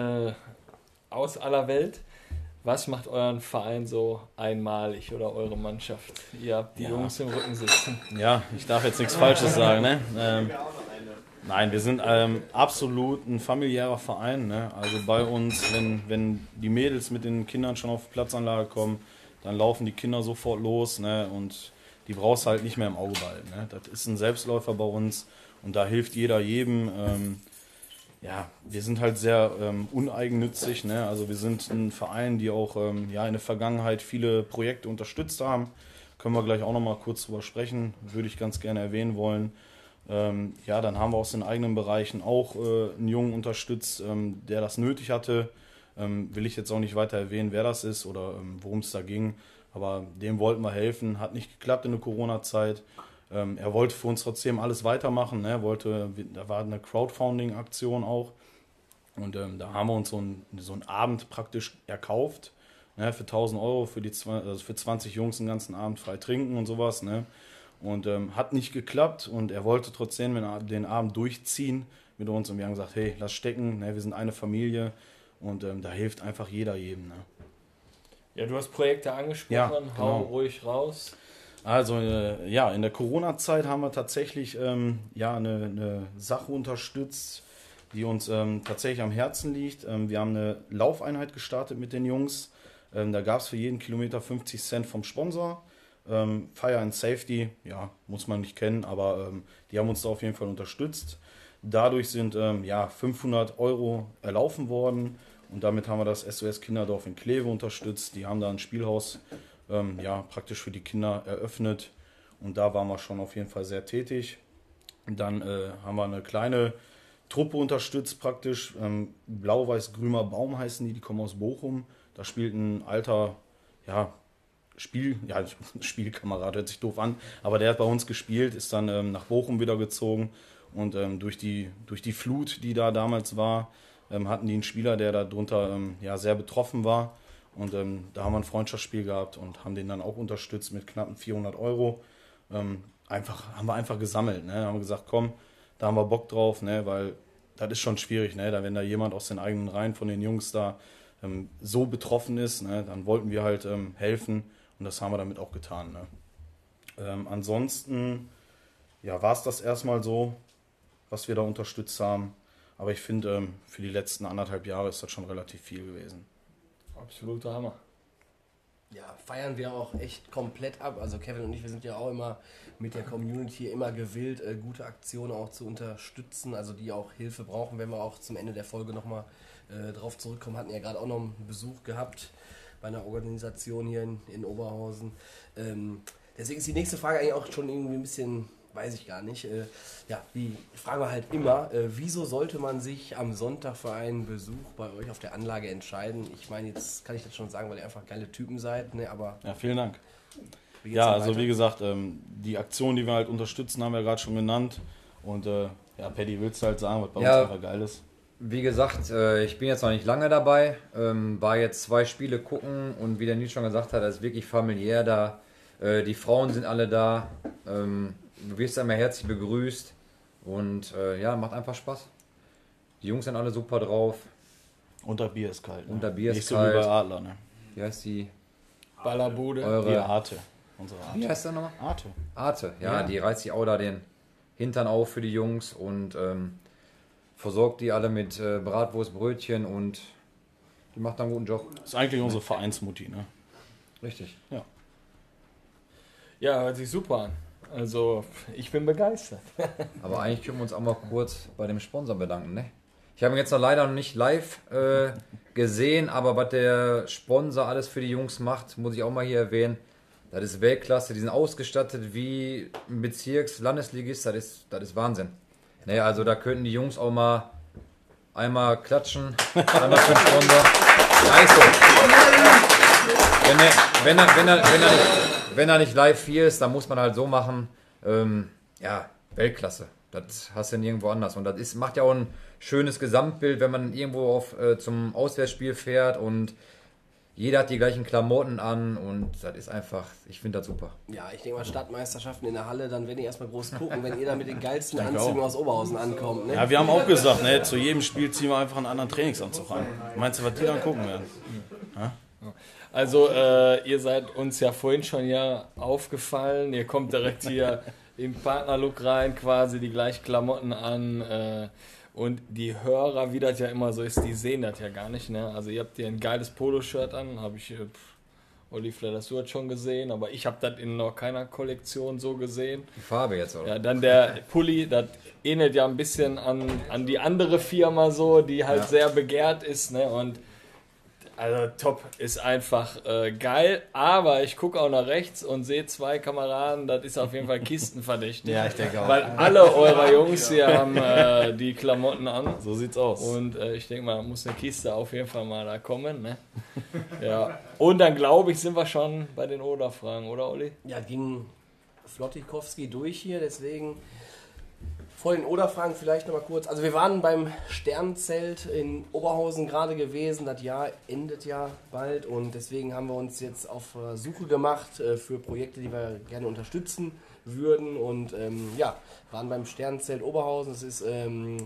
Äh, aus aller Welt. Was macht euren Verein so einmalig oder eure Mannschaft? Ihr habt die Ja. Jungs im Rücken sitzen. Ja, ich darf jetzt nichts Falsches sagen, ne? Ähm, nein, wir sind ähm, absolut ein familiärer Verein, ne? Also bei uns, wenn, wenn die Mädels mit den Kindern schon auf die Platzanlage kommen, dann laufen die Kinder sofort los, ne? Und die brauchst du halt nicht mehr im Auge behalten, ne? Das ist ein Selbstläufer bei uns und da hilft jeder jedem. Ähm, ja, wir sind halt sehr ähm, uneigennützig, ne? Also wir sind ein Verein, die auch ähm, ja, in der Vergangenheit viele Projekte unterstützt haben. Können wir gleich auch noch mal kurz drüber sprechen, würde ich ganz gerne erwähnen wollen. Ähm, ja, dann haben wir aus den eigenen Bereichen auch äh, einen Jungen unterstützt, ähm, der das nötig hatte. Ähm, will ich jetzt auch nicht weiter erwähnen, wer das ist oder ähm, worum es da ging. Aber dem wollten wir helfen, hat nicht geklappt in der Corona-Zeit. Ähm, er wollte für uns trotzdem alles weitermachen. Ne? Er wollte, da war eine Crowdfunding-Aktion auch. Und ähm, da haben wir uns so, ein, so einen Abend praktisch erkauft. Ne? Für tausend Euro, für, die, also für zwanzig Jungs den ganzen Abend frei trinken und sowas. Ne? Und ähm, hat nicht geklappt. Und er wollte trotzdem den Abend durchziehen mit uns. Und wir haben gesagt, hey, lass stecken. Ne? Wir sind eine Familie. Und ähm, da hilft einfach jeder jedem. Ne? Ja, du hast Projekte angesprochen, Ja, hau genau. ruhig raus. Also äh, ja, in der Corona-Zeit haben wir tatsächlich ähm, ja, eine, eine Sache unterstützt, die uns ähm, tatsächlich am Herzen liegt. Ähm, wir haben eine Laufeinheit gestartet mit den Jungs. Ähm, da gab es für jeden Kilometer fünfzig Cent vom Sponsor. Ähm, Fire and Safety, ja, muss man nicht kennen, aber ähm, die haben uns da auf jeden Fall unterstützt. Dadurch sind ähm, ja, fünfhundert Euro erlaufen worden und damit haben wir das S O S Kinderdorf in Kleve unterstützt. Die haben da ein Spielhaus ähm, ja, praktisch für die Kinder eröffnet und da waren wir schon auf jeden Fall sehr tätig. Und dann äh, haben wir eine kleine Truppe unterstützt praktisch. Ähm, Blau-Weiß-Grüner Baum heißen die, die kommen aus Bochum. Da spielt ein alter ja, Spiel, ja, Spielkamerad, hört sich doof an, aber der hat bei uns gespielt, ist dann ähm, nach Bochum wieder gezogen. Und ähm, durch, die, durch die Flut, die da damals war, ähm, hatten die einen Spieler, der darunter ähm, ja, sehr betroffen war. Und ähm, da haben wir ein Freundschaftsspiel gehabt und haben den dann auch unterstützt mit knappen vierhundert Euro. Ähm, einfach, haben wir einfach gesammelt. Ne? Da haben wir gesagt, komm, da haben wir Bock drauf, ne? Weil das ist schon schwierig. Ne? Da, wenn da jemand aus den eigenen Reihen von den Jungs da ähm, so betroffen ist, ne? Dann wollten wir halt ähm, helfen und das haben wir damit auch getan. Ne? Ähm, ansonsten ja, war es das erstmal so, was wir da unterstützt haben. Aber ich finde, ähm, für die letzten anderthalb Jahre ist das schon relativ viel gewesen. Absoluter Hammer. Ja, feiern wir auch echt komplett ab. Also Kevin und ich, wir sind ja auch immer mit der Community immer gewillt, äh, gute Aktionen auch zu unterstützen, also die auch Hilfe brauchen, wenn wir auch zum Ende der Folge nochmal äh, drauf zurückkommen. Hatten ja gerade auch noch einen Besuch gehabt bei einer Organisation hier in, in Oberhausen. Ähm, deswegen ist die nächste Frage eigentlich auch schon irgendwie ein bisschen, weiß ich gar nicht. Äh, ja, wie fragen wir halt immer, äh, wieso sollte man sich am Sonntag für einen Besuch bei euch auf der Anlage entscheiden? Ich meine, jetzt kann ich das schon sagen, weil ihr einfach geile Typen seid, ne? Aber Ja, vielen Dank. wie geht's Ja, denn also weiter? wie gesagt, ähm, die Aktion, die wir halt unterstützen, haben wir gerade schon genannt. Und äh, ja, Paddy, willst du halt sagen, was bei Ja. uns einfach geil ist? Wie gesagt, äh, ich bin jetzt noch nicht lange dabei, ähm, war jetzt zwei Spiele gucken und wie der Nils schon gesagt hat, das ist wirklich familiär da. Äh, die Frauen sind alle da, ähm, du wirst einmal herzlich begrüßt und äh, ja, macht einfach Spaß. Die Jungs sind alle super drauf. Und das Bier ist kalt. Ne? Und das Bier ist Nicht so kalt. wie bei Adler, ne? Wie heißt die? Ballerbude. Die Eure Arte. Unsere Arte. Wie heißt der nochmal? Arte. Arte, ja, Ja. die reißt sich auch da den Hintern auf für die Jungs und ähm, versorgt die alle mit äh, Bratwurst, Brötchen und die macht einen guten Job. Ist eigentlich unsere Vereinsmutti, ne? Richtig. Ja, hört sich super an. Also, ich bin begeistert. Aber eigentlich können wir uns auch mal kurz bei dem Sponsor bedanken, ne? Ich habe ihn jetzt noch leider noch nicht live äh, gesehen, aber was der Sponsor alles für die Jungs macht, muss ich auch mal hier erwähnen. Das ist Weltklasse, die sind ausgestattet wie ein Bezirks-Landesligist, das ist, das ist Wahnsinn. Ne, also da könnten die Jungs auch mal einmal klatschen, einmal für den Sponsor. Ja, ist so. Wenn er, wenn, er, wenn, er, wenn, er nicht, wenn er nicht live hier ist, dann muss man halt so machen, ähm, ja, Weltklasse. Das hast du nirgendwo anders. Und das ist, macht ja auch ein schönes Gesamtbild, wenn man irgendwo auf, äh, zum Auswärtsspiel fährt und jeder hat die gleichen Klamotten an und das ist einfach, ich finde das super. Ja, ich denke mal, Stadtmeisterschaften in der Halle, dann werden die erstmal groß gucken, wenn ihr da mit den geilsten Anzügen aus Oberhausen ankommt. Ne? Ja, wir haben auch gesagt, ne, zu jedem Spiel ziehen wir einfach einen anderen Trainingsanzug an. Meinst du, was die dann gucken werden? Ja? Also, äh, ihr seid uns ja vorhin schon ja aufgefallen. Ihr kommt direkt hier im Partnerlook rein, quasi die gleichen Klamotten an. Äh, und die Hörer, wie das ja immer so ist, die sehen das ja gar nicht. Ne? Also, ihr habt hier ein geiles Poloshirt an, habe ich, äh, Olli, vielleicht hast du das schon gesehen, aber ich habe das in noch keiner Kollektion so gesehen. Die Farbe jetzt, oder? Ja, dann der Pulli, das ähnelt ja ein bisschen an, an die andere Firma so, die halt Ja. sehr begehrt ist. Ne? Und also top, ist einfach äh, geil, aber ich gucke auch nach rechts und sehe zwei Kameraden, das ist auf jeden Fall kistenverdächtig. Ja, ich denke auch. Weil alle eurer Jungs hier haben äh, die Klamotten an. So sieht's aus. Und äh, ich denke mal, muss eine Kiste auf jeden Fall mal da kommen. Ne? Ja. Und dann glaube ich, sind wir schon bei den Oder-Fragen, oder Olli? Ja, ging Flottikowski durch hier, deswegen vor den Oder-Fragen vielleicht nochmal kurz. Also wir waren beim Sternzelt in Oberhausen gerade gewesen, das Jahr endet ja bald und deswegen haben wir uns jetzt auf äh, Suche gemacht äh, für Projekte, die wir gerne unterstützen würden und ähm, ja, waren beim Sternzelt Oberhausen. Das ist ähm,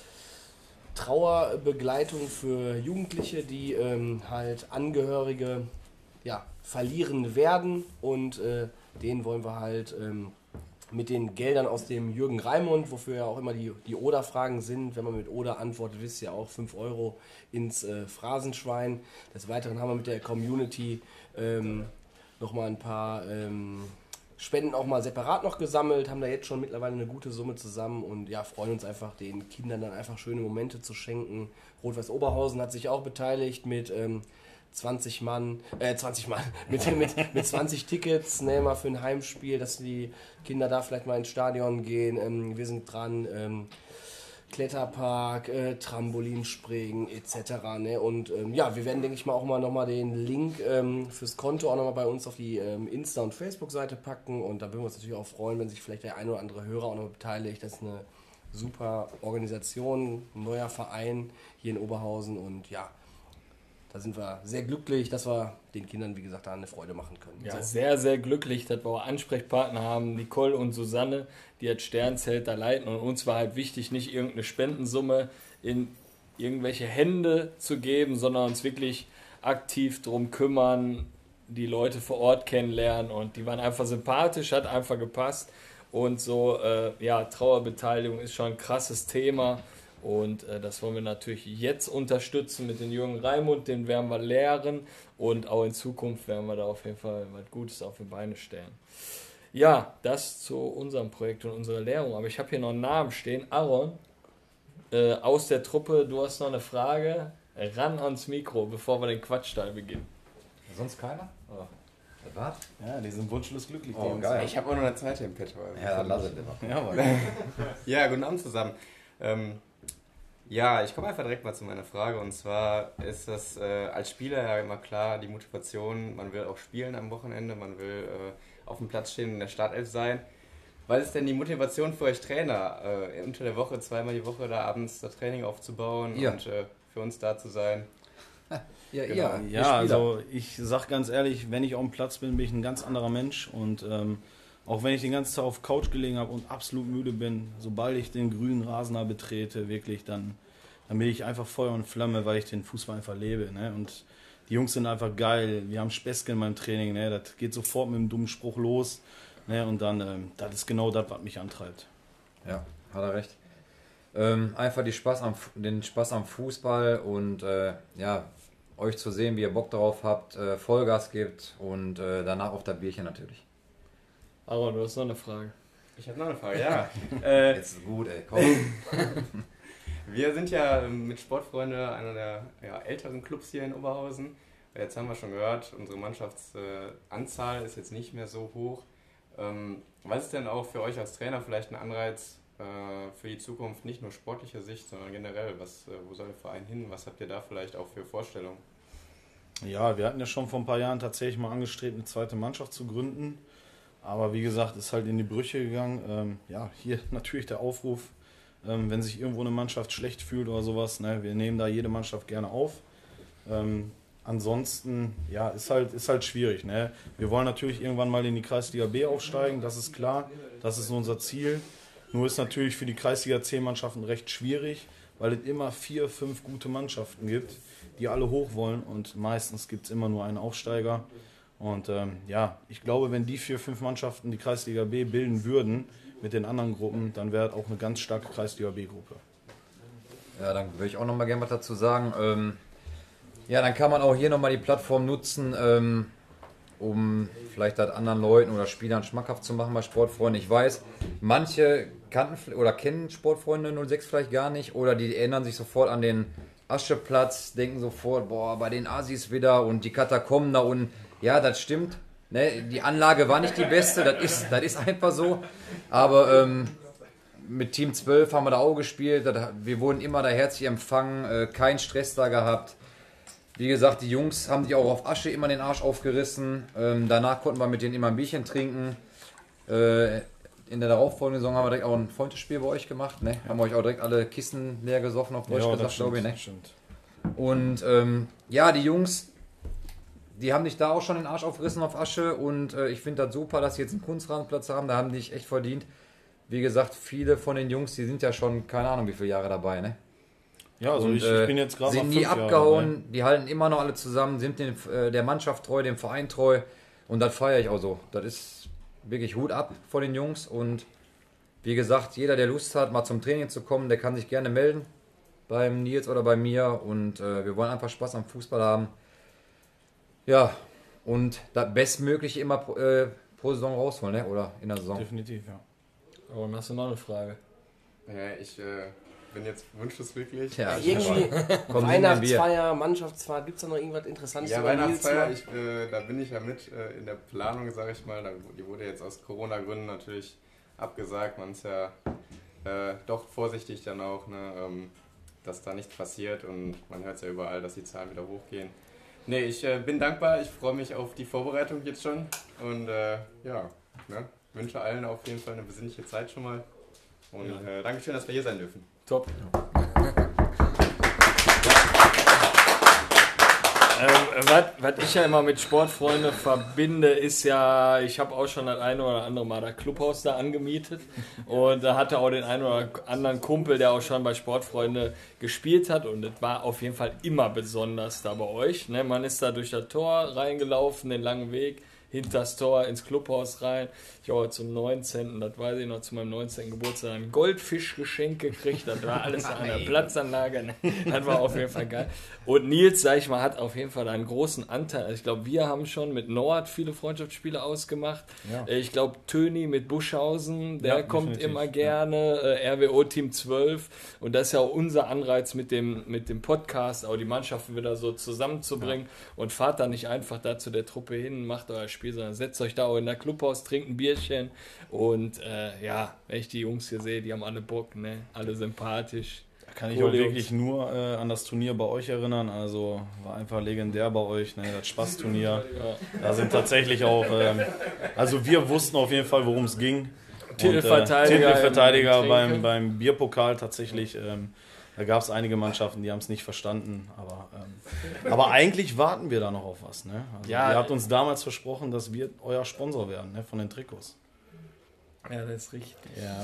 Trauerbegleitung für Jugendliche, die ähm, halt Angehörige ja, verlieren werden und äh, denen wollen wir halt ähm, mit den Geldern aus dem Jürgen Raimund, wofür ja auch immer die, die Oder-Fragen sind, wenn man mit Oder antwortet, wisst ihr auch, fünf Euro ins äh, Phrasenschwein. Des Weiteren haben wir mit der Community ähm, nochmal ein paar ähm, Spenden auch mal separat noch gesammelt, haben da jetzt schon mittlerweile eine gute Summe zusammen und ja, freuen uns einfach, den Kindern dann einfach schöne Momente zu schenken. Rot-Weiß Oberhausen hat sich auch beteiligt mit ähm, zwanzig Mann, äh zwanzig Mann, mit, mit, mit zwanzig Tickets, ne, mal für ein Heimspiel, dass die Kinder da vielleicht mal ins Stadion gehen. Ähm, wir sind dran, ähm, Kletterpark, äh, Trampolinspringen et cetera. Ne? Und ähm, ja, wir werden, denke ich mal, auch mal nochmal den Link ähm, fürs Konto auch nochmal bei uns auf die ähm, Insta- und Facebook-Seite packen. Und da würden wir uns natürlich auch freuen, wenn sich vielleicht der ein oder andere Hörer auch noch beteiligt. Das ist eine super Organisation, ein neuer Verein hier in Oberhausen und ja, da sind wir sehr glücklich, dass wir den Kindern, wie gesagt, da eine Freude machen können. Ja, So. sehr, sehr glücklich, dass wir auch Ansprechpartner haben, Nicole und Susanne, die das Sternzelt da leiten. Und uns war halt wichtig, nicht irgendeine Spendensumme in irgendwelche Hände zu geben, sondern uns wirklich aktiv darum kümmern, die Leute vor Ort kennenlernen. Und die waren einfach sympathisch, hat einfach gepasst. Und so, äh, ja, Trauerbeteiligung ist schon ein krasses Thema. Und äh, das wollen wir natürlich jetzt unterstützen mit dem Jürgen Raimund, den werden wir lehren und auch in Zukunft werden wir da auf jeden Fall was Gutes auf die Beine stellen. Ja, das zu unserem Projekt und unserer Lehrung. Aber ich habe hier noch einen Namen stehen. Aaron, äh, aus der Truppe, du hast noch eine Frage. Ran ans Mikro, bevor wir den Quatschteil beginnen. Sonst keiner? Oh. Was? Ja, die sind wunschlos glücklich. Oh, die geil. Ich habe auch noch eine zweite im Petto. Also Ja, dann lass es lieber. Ja, Mann. Ja, guten Abend zusammen. Ähm, ja, ich komme einfach direkt mal zu meiner Frage. Und zwar ist das äh, als Spieler ja immer klar, die Motivation, man will auch spielen am Wochenende, man will äh, auf dem Platz stehen, in der Startelf sein. Was ist denn die Motivation für euch Trainer, äh, unter der Woche, zweimal die Woche da abends das Training aufzubauen Ja. und äh, für uns da zu sein? Ja, Genau. ja, Ja, also ich sag ganz ehrlich, wenn ich auf dem Platz bin, bin ich ein ganz anderer Mensch und ähm, auch wenn ich den ganzen Tag auf Couch gelegen habe und absolut müde bin, sobald ich den grünen Rasen da betrete, wirklich, dann, dann bin ich einfach Feuer und Flamme, weil ich den Fußball einfach lebe. Ne? Und die Jungs sind einfach geil, wir haben Späßchen beim Training, ne? Das geht sofort mit einem dummen Spruch los, ne? Und dann, ähm, das ist genau das, was mich antreibt. Ja, hat er recht. Ähm, einfach die Spaß am, den Spaß am Fußball und äh, ja, euch zu sehen, wie ihr Bock darauf habt, äh, Vollgas gibt und äh, danach auf das Bierchen natürlich. Aaron, du hast noch eine Frage. Ich habe noch eine Frage, ja. äh, Jetzt ist gut, ey, komm. Wir sind ja mit Sportfreunde einer der ja, älteren Clubs hier in Oberhausen. Jetzt haben wir schon gehört, unsere Mannschaftsanzahl ist jetzt nicht mehr so hoch. Ähm, was ist denn auch für euch als Trainer vielleicht ein Anreiz äh, für die Zukunft, nicht nur sportlicher Sicht, sondern generell? Was, äh, wo soll der Verein hin? Was habt ihr da vielleicht auch für Vorstellungen? Ja, wir hatten ja schon vor ein paar Jahren tatsächlich mal angestrebt, eine zweite Mannschaft zu gründen. Aber wie gesagt, ist halt in die Brüche gegangen. Ähm, ja, hier natürlich der Aufruf, ähm, wenn sich irgendwo eine Mannschaft schlecht fühlt oder sowas, ne, wir nehmen da jede Mannschaft gerne auf. Ähm, ansonsten, ja, ist halt, ist halt schwierig. Ne? Wir wollen natürlich irgendwann mal in die Kreisliga B aufsteigen, das ist klar, das ist unser Ziel. Nur ist natürlich für die Kreisliga C-Mannschaften recht schwierig, weil es immer vier, fünf gute Mannschaften gibt, die alle hoch wollen und meistens gibt es immer nur einen Aufsteiger. Und ähm, ja, ich glaube, wenn die vier, fünf Mannschaften die Kreisliga B bilden würden mit den anderen Gruppen, dann wäre auch eine ganz starke Kreisliga B-Gruppe. Ja, dann würde ich auch noch mal gerne was dazu sagen. Ähm, ja, dann kann man auch hier noch mal die Plattform nutzen, ähm, um vielleicht halt anderen Leuten oder Spielern schmackhaft zu machen bei Sportfreunde. Ich weiß, manche kannten oder kennen Sportfreunde null sechs vielleicht gar nicht oder die erinnern sich sofort an den Ascheplatz, denken sofort, boah, bei den Asis wieder und die Katakomben da unten. Ja, das stimmt. Ne, die Anlage war nicht die beste, das ist, das ist einfach so. Aber ähm, mit Team zwölf haben wir da auch gespielt. Das, wir wurden immer da herzlich empfangen, äh, kein Stress da gehabt. Wie gesagt, die Jungs haben sich auch auf Asche immer den Arsch aufgerissen. Ähm, danach konnten wir mit denen immer ein Bierchen trinken. Äh, in der darauffolgenden Saison haben wir direkt auch ein Freundesspiel bei euch gemacht. Ne? Haben wir euch auch direkt alle Kissen leer gesoffen, auf Deutsch Ja, gesagt, das stimmt, glaube ich. Ne? das stimmt. Und ähm, ja, die Jungs, die haben sich da auch schon den Arsch aufgerissen auf Asche und äh, ich finde das super, dass sie jetzt einen Kunstrasenplatz haben, da haben die sich echt verdient. Wie gesagt, viele von den Jungs, die sind ja schon, keine Ahnung wie viele Jahre dabei, ne? Ja, also und, ich, äh, ich bin jetzt gerade sind nie abgehauen, die halten immer noch alle zusammen, sind den, äh, der Mannschaft treu, dem Verein treu und das feiere ich auch so. Das ist wirklich Hut ab vor den Jungs und wie gesagt, jeder, der Lust hat, mal zum Training zu kommen, der kann sich gerne melden beim Nils oder bei mir und äh, wir wollen einfach Spaß am Fußball haben. Ja, und das Bestmögliche immer pro, äh, pro Saison rausholen, ne? Oder in der Saison. Definitiv, ja. Oh, und hast du noch eine Frage? Ja, ich äh, bin jetzt wunschlos Ja, Irgendwie Komm, Weihnachtsfeier, Mannschaftsfahrt, gibt es da noch irgendwas Interessantes? Ja, über Nils Weihnachtsfeier, mal? ich, äh, da bin ich ja mit äh, in der Planung, sage ich mal. Da, die wurde jetzt aus Corona-Gründen natürlich abgesagt. Man ist ja äh, doch vorsichtig dann auch, ne, ähm, dass da nichts passiert und man hört es ja überall, dass die Zahlen wieder hochgehen. Nee, ich äh, bin dankbar, ich freue mich auf die Vorbereitung jetzt schon und äh, ja, ne, wünsche allen auf jeden Fall eine besinnliche Zeit schon mal und äh, Dankeschön, dass wir hier sein dürfen. Top. Ähm, was ich ja immer mit Sportfreunde verbinde, ist ja, ich habe auch schon das eine oder andere Mal das Clubhaus da angemietet und da hatte auch den einen oder anderen Kumpel, der auch schon bei Sportfreunde gespielt hat und das war auf jeden Fall immer besonders da bei euch. Ne? Man ist da durch das Tor reingelaufen, den langen Weg, hinter das Tor ins Clubhaus rein. Ich habe zum neunzehnten, das weiß ich noch, zu meinem neunzehnten Geburtstag ein Goldfischgeschenk gekriegt. Das war alles an der Platzanlage. Das war auf jeden Fall geil. Und Nils, sag ich mal, hat auf jeden Fall einen großen Anteil. Also ich glaube, wir haben schon mit Noah viele Freundschaftsspiele ausgemacht. Ja. Ich glaube, Töni mit Buschhausen, der ja, kommt immer gerne. Ja. R W O Team zwölf. Und das ist ja auch unser Anreiz mit dem, mit dem Podcast, auch die Mannschaften wieder so zusammenzubringen. Ja. Und fahrt da nicht einfach da zu der Truppe hin, macht euer Spiel, sondern setzt euch da auch in der Clubhaus, trinkt ein Bierchen und äh, ja, wenn ich die Jungs hier sehe, die haben alle Bock, ne? Alle sympathisch. Da kann ich auch wirklich nur äh, an das Turnier bei euch erinnern, also war einfach legendär bei euch, ne? Das Spaßturnier. Ja. Da sind tatsächlich auch, ähm, also wir wussten auf jeden Fall, worum es ging. Titelverteidiger, und, äh, Titelverteidiger beim, beim Bierpokal tatsächlich. Ähm, Da gab es einige Mannschaften, die haben es nicht verstanden, aber, ähm, aber eigentlich warten wir da noch auf was. Ne? Also ja, ihr habt uns damals versprochen, dass wir euer Sponsor werden, ne? Von den Trikots. Ja, das ist richtig. Ja.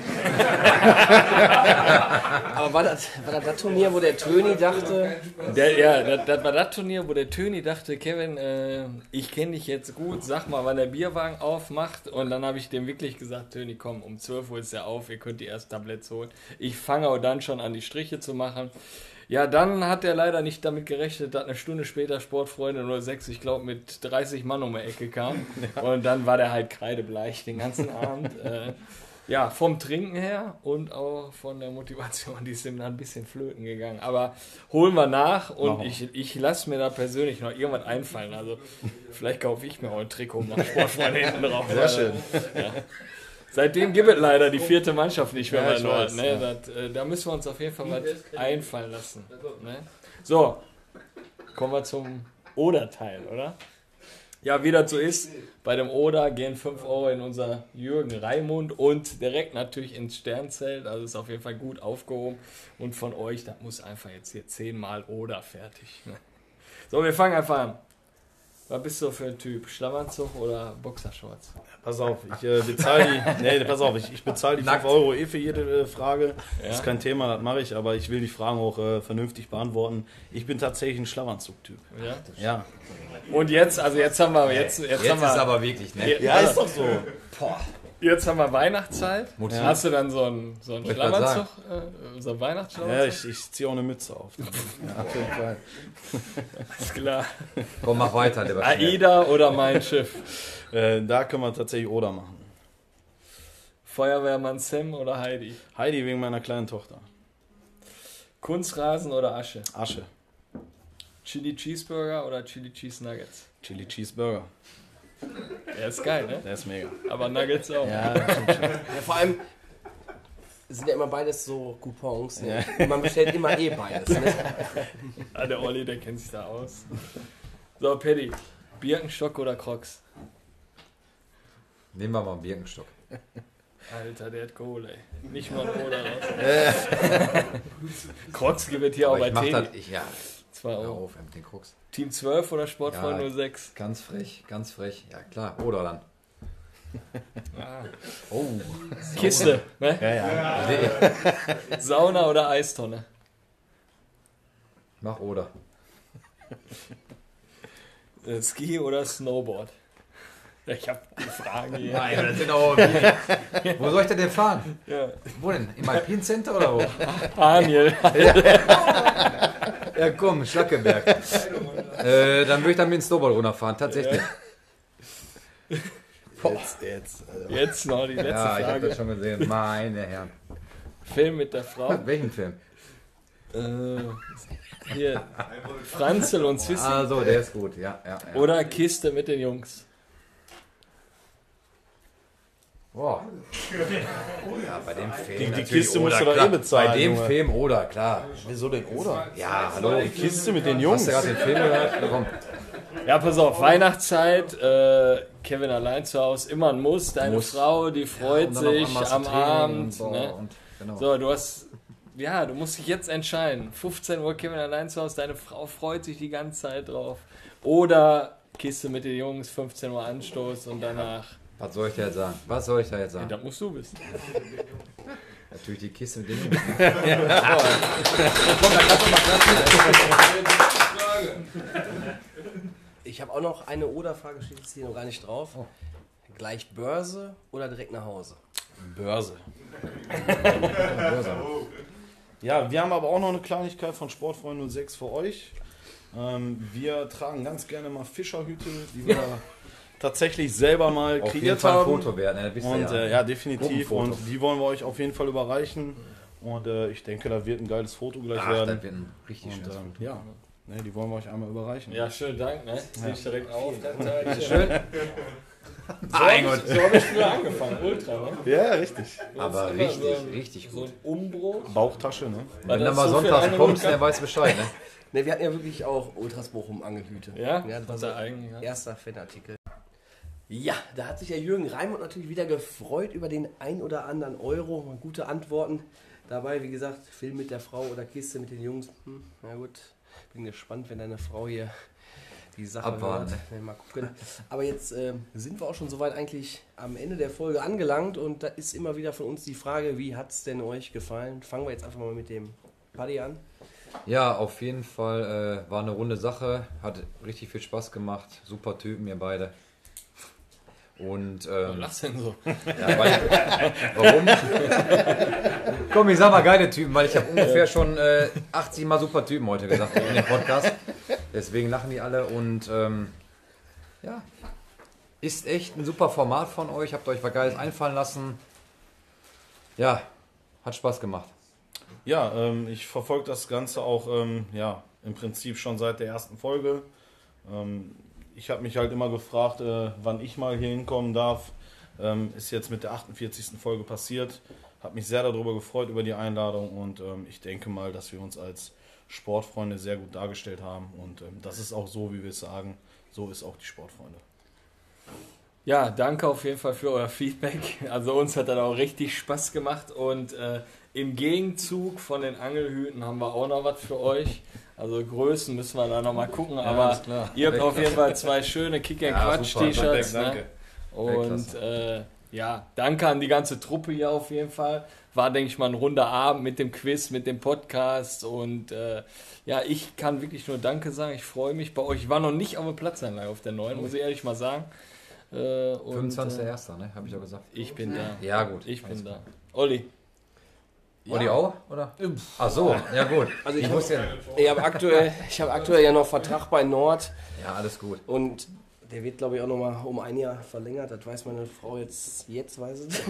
Aber war das, war das das Turnier, wo der Töni dachte... Der, ja, das, das war das Turnier, wo der Töni dachte, Kevin, äh, ich kenne dich jetzt gut, sag mal, wann der Bierwagen aufmacht. Und dann habe ich dem wirklich gesagt, Töni, komm, um zwölf Uhr ist er auf, ihr könnt die ersten Tabletts holen. Ich fange auch dann schon an, die Striche zu machen. Ja, dann hat er leider nicht damit gerechnet, dass eine Stunde später Sportfreunde null sechs, ich glaube, mit dreißig Mann um die Ecke kam. Ja. Und dann war der halt kreidebleich den ganzen Abend. äh, Ja, vom Trinken her und auch von der Motivation, die ist ihm dann ein bisschen flöten gegangen. Aber holen wir nach und Machen wir. ich, ich lasse mir da persönlich noch irgendwas einfallen. Also vielleicht kaufe ich mir auch ein Trikot, mach Sportfreunde hinten drauf. Sehr schön. Ja. Seitdem gibt es leider die vierte Mannschaft nicht mehr Ja, bei ich Nord. weiß, Ne? ja. Das, äh, da müssen wir uns auf jeden Fall was einfallen lassen. Ne? So, kommen wir zum Oder-Teil, oder? Ja, wie das so ist, bei dem Oder gehen fünf Euro in unser Jürgen Raimund und direkt natürlich ins Sternzelt. Also ist auf jeden Fall gut aufgehoben. Und von euch, das muss einfach jetzt hier zehnmal Oder fertig. Ne? So, wir fangen einfach an. Was bist du für ein Typ? Schlafanzug oder Boxershorts? Pass auf, ich äh, bezahle die. Nee, pass auf, ich, ich bezahle die fünf Euro eh für jede äh, Frage. Ja? Das ist kein Thema, das mache ich, aber ich will die Fragen auch äh, vernünftig beantworten. Ich bin tatsächlich ein Schlafanzug-Typ. Ja? Ja. Und jetzt, also jetzt haben wir, jetzt, jetzt, Jetzt haben ist wir, aber wirklich, ne? Ja, ist doch so. jetzt haben wir Weihnachtszeit. Motiv. Hast du dann so einen, so einen Wollte ich grad Schlafanzug, äh, so einen Weihnachtsschlafanzug? Ja, ich, ich ziehe auch eine Mütze auf. Ja, auf jeden Fall. Ist klar. Komm, mach weiter, lieber schnell. AIDA oder mein Schiff? Äh, da können wir tatsächlich Oder machen. Feuerwehrmann Sam oder Heidi? Heidi wegen meiner kleinen Tochter. Kunstrasen oder Asche? Asche. Chili Cheeseburger oder Chili Cheese Nuggets? Chili Cheeseburger. Der ist geil, ne? Der ist mega. Aber Nuggets auch. Ja, das stimmt schon. Ja, vor allem sind ja immer beides so Coupons. Ne? Und man bestellt immer eh beides. Ne? Ah, der Olli, der kennt sich da aus. So, Paddy. Birkenstock oder Crocs? Nehmen wir mal einen Birkenstock. Alter, der hat Kohle, ey. Nicht mal ein Oder raus. Crocs gibt es hier auch Aber bei ich mach Teddy. das, ich, ja, zwei hör Euro. auf mit den Krux. Team zwölf oder Sportfreund Ja. null sechs? Ganz frech, ganz frech. Ja, klar. Oder dann. Ah. Oh. Kiste, ne? Ja, ja. Sauna oder Eistonne? Mach oder. Äh, Ski oder Snowboard? Ich hab die Fragen hier. Nein, das sind auch wenig. Wo soll ich denn denn fahren? Ja. Wo denn? Im Alpine Center oder wo? Daniel. Ja, komm, Schlackeberg. äh, dann würde ich dann mit dem Snowboard runterfahren, tatsächlich. Jetzt, jetzt. Also. Jetzt noch die letzte Ja, ich habe Frage. das schon gesehen. Meine Herren. Film mit der Frau. Welchen Film? Äh, hier. Franzel und Sissi. Ah, so, der ist gut. Ja, ja, ja. Oder Kiste mit den Jungs. Boah. Ja, bei dem Film. Die- die natürlich Kiste musst du oder, doch klar. eh bezahlen, Bei dem Junge. Film oder, klar. Wieso denn Oder? Ja, hallo. Die Kiste mit den Hast Jungs. du gerade den Film gehört? Ja, komm. Ja, pass auf, Weihnachtszeit, äh, Kevin allein zu Hause, immer ein Muss. Deine Muss. Frau, die freut Und dann auf sich einmal am zum Training Abend. und so, Ne? und, genau. So, du hast, ja, du musst dich jetzt entscheiden. fünfzehn Uhr Kevin allein zu Hause, deine Frau freut sich die ganze Zeit drauf. Oder Kiste mit den Jungs, fünfzehn Uhr Anstoß und danach. Was soll ich da jetzt sagen? Was soll ich da jetzt Ja, sagen? das musst du wissen. Natürlich die Kiste mit den Jungs. Ich habe auch noch eine Oder-Frage, steht jetzt hier noch gar nicht drauf. Oh. Gleich Börse oder direkt nach Hause? Börse. Ja, wir haben aber auch noch eine Kleinigkeit von Sportfreund null sechs für euch. Ähm, wir tragen ganz gerne mal Fischerhüte, die wir tatsächlich selber mal Auf jeden kreiert Fall ein haben. Foto werden. Ne? Wisst ihr Und ja. äh, ja, definitiv. Gruppenfoto. Und die wollen wir euch auf jeden Fall überreichen. Und äh, ich denke, da wird ein geiles Foto gleich Ach, werden. das wird ein richtig Und schönes ähm, Foto. ja, ne, die wollen wir euch einmal überreichen. Ja, schönen Dank, ne? Zieh ich direkt auf. Schön. Mein Gott. So habe ich früher angefangen, Ultra, ne? Ja, richtig. Aber Immer richtig, so ein- richtig So gut. ein Umbruch. Bauchtasche, ne? Weil Wenn das du mal so viel sonntags Angebot kommst, gab. der weiß Bescheid. Ne? Ne, wir hatten ja wirklich auch Ultras Bochum Angelhüte. Ja? Ja, das war Hat so er eigentlich, ja. erster Fanartikel. Ja, da hat sich der Jürgen Raimund natürlich wieder gefreut über den ein oder anderen Euro. Und gute Antworten dabei, wie gesagt, Film mit der Frau oder Kiste mit den Jungs. Hm, na gut, bin gespannt, wenn deine Frau hier die Sache Abwarten, hört. Ja, mal gucken. Aber jetzt ähm, sind wir auch schon soweit eigentlich am Ende der Folge angelangt und da ist immer wieder von uns die Frage, wie hat es denn euch gefallen? Fangen wir jetzt einfach mal mit dem Paddy an. Ja, auf jeden Fall äh, war eine runde Sache. Hat richtig viel Spaß gemacht. Super Typen, ihr beide. Und ähm, Lass denn so. ja, weil, warum? Komm, ich sag mal geile Typen, weil ich habe ungefähr schon äh, achtzig Mal super Typen heute gesagt in dem Podcast. Deswegen lachen die alle und ähm, ja, ist echt ein super Format von euch. Habt euch was Geiles einfallen lassen. Ja, hat Spaß gemacht. Ja, ähm, ich verfolge das Ganze auch ähm, ja, im Prinzip schon seit der ersten Folge. Ähm, ich habe mich halt immer gefragt, äh, wann ich mal hier hinkommen darf. Ähm, ist jetzt mit der achtundvierzigsten Folge passiert. Habe mich sehr darüber gefreut, über die Einladung. Und ähm, ich denke mal, dass wir uns als Sportfreunde sehr gut dargestellt haben. Und ähm, das ist auch so, wie wir es sagen. So ist auch die Sportfreunde. Ja, danke auf jeden Fall für euer Feedback. Also uns hat das auch richtig Spaß gemacht und äh, im Gegenzug von den Angelhüten haben wir auch noch was für euch. Also Größen müssen wir da noch mal gucken, aber ist klar. ihr habt auf jeden Fall zwei schöne Kick-and-Quatsch-T-Shirts. Ja, Ne? Und äh, ja, danke an die ganze Truppe hier auf jeden Fall. War, denke ich mal, ein runder Abend mit dem Quiz, mit dem Podcast und äh, ja, ich kann wirklich nur Danke sagen. Ich freue mich bei euch. Ich war noch nicht auf der Platzanlage auf der neuen, muss ich ehrlich mal sagen. Äh, und, fünfundzwanzigster äh, erster ne? Habe ich auch gesagt. Ich bin da. Ja, gut. Ich bin Alles da. klar. Olli. Olli auch, oder? Ach so, ja gut. Also ich ich hab- muss ja... Ich habe aktuell, ich hab aktuell ja noch Vertrag bei Nord Ja, alles gut. und der wird, glaube ich, auch noch mal um ein Jahr verlängert. Das weiß meine Frau jetzt, jetzt weiß es.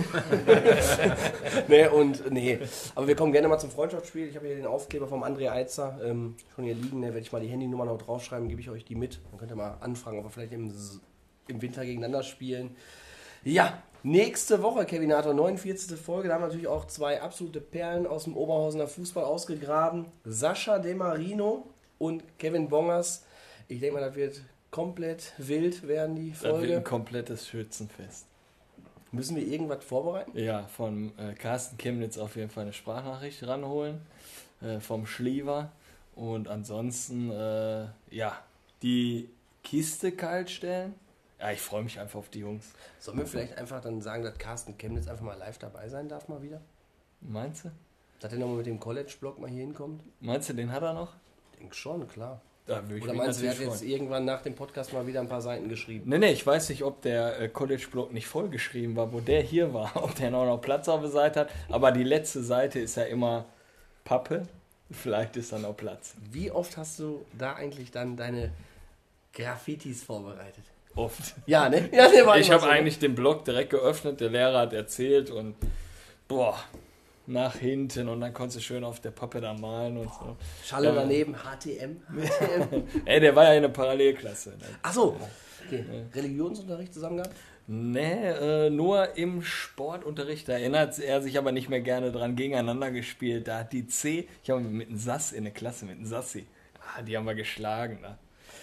nee, und nee. Aber wir kommen gerne mal zum Freundschaftsspiel. Ich habe hier den Aufkleber vom André Eitzer ähm, schon hier liegen. Da werde ich mal die Handynummer noch draufschreiben, gebe ich euch die mit. Dann könnt ihr mal anfragen, ob wir vielleicht im, S- im Winter gegeneinander spielen. Ja, nächste Woche, Kevinator, neunundvierzigste Folge. Da haben wir natürlich auch zwei absolute Perlen aus dem Oberhausener Fußball ausgegraben. Sascha De Marino und Kevin Bongers. Ich denke mal, das wird komplett wild werden, die Das wird ein Folge. komplettes Schützenfest. Müssen wir irgendwas vorbereiten? Ja, von äh, Carsten Chemnitz auf jeden Fall eine Sprachnachricht ranholen. Äh, vom Schliever. Und ansonsten, äh, ja, die Kiste kalt stellen. Ja, ich freue mich einfach auf die Jungs. Sollen wir vielleicht einfach dann sagen, dass Carsten Chemnitz einfach mal live dabei sein darf, mal wieder? Meinst du? Dass er nochmal mit dem College-Blog mal hier hinkommt? Meinst du, den hat er noch? Ich denke schon, klar. Da würde ich Oder mich meinst du, er hat natürlich jetzt freuen. irgendwann nach dem Podcast mal wieder ein paar Seiten geschrieben? Nee, nee, ich weiß nicht, ob der äh, College-Blog nicht vollgeschrieben war, wo der hier war, ob der noch, noch Platz auf der Seite hat. Aber die letzte Seite ist ja immer Pappe. Vielleicht ist da noch Platz. Wie oft hast du da eigentlich dann deine Graffitis vorbereitet? Oft. Ja, ne? Ja, ne, war Ich immer habe so, ne? eigentlich den Blog direkt geöffnet, der Lehrer hat erzählt und boah, nach hinten und dann konntest du schön auf der Pappe da malen und so. Schalle Ja. daneben, H T M. H T M. Ey, der war ja in der Parallelklasse. Ne? Achso, okay. Religionsunterricht zusammen gehabt? Nee, äh, nur im Sportunterricht. Da erinnert er sich aber nicht mehr gerne dran, gegeneinander gespielt. Da hat die C, ich habe mit einem Sass in der Klasse, mit einem Sassi, ah, die haben wir geschlagen. Da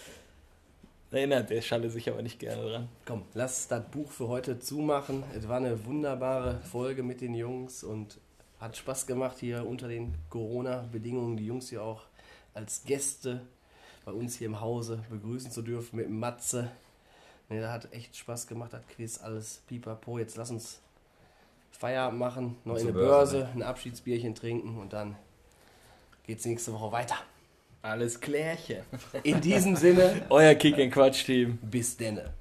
erinnert der Schalle sich aber nicht gerne dran. Komm, lass das Buch für heute zumachen. Es war eine wunderbare Folge mit den Jungs und hat Spaß gemacht hier unter den Corona-Bedingungen. Die Jungs hier auch als Gäste bei uns hier im Hause begrüßen zu dürfen mit dem Matze. Ne, da hat echt Spaß gemacht, das Quiz, alles pipapo. Jetzt lass uns Feierabend machen, noch in Zur eine Börse, Börse, ein Abschiedsbierchen trinken und dann geht's nächste Woche weiter. Alles klärchen. In diesem Sinne, Euer Kick-and-Quatsch-Team. bis denne.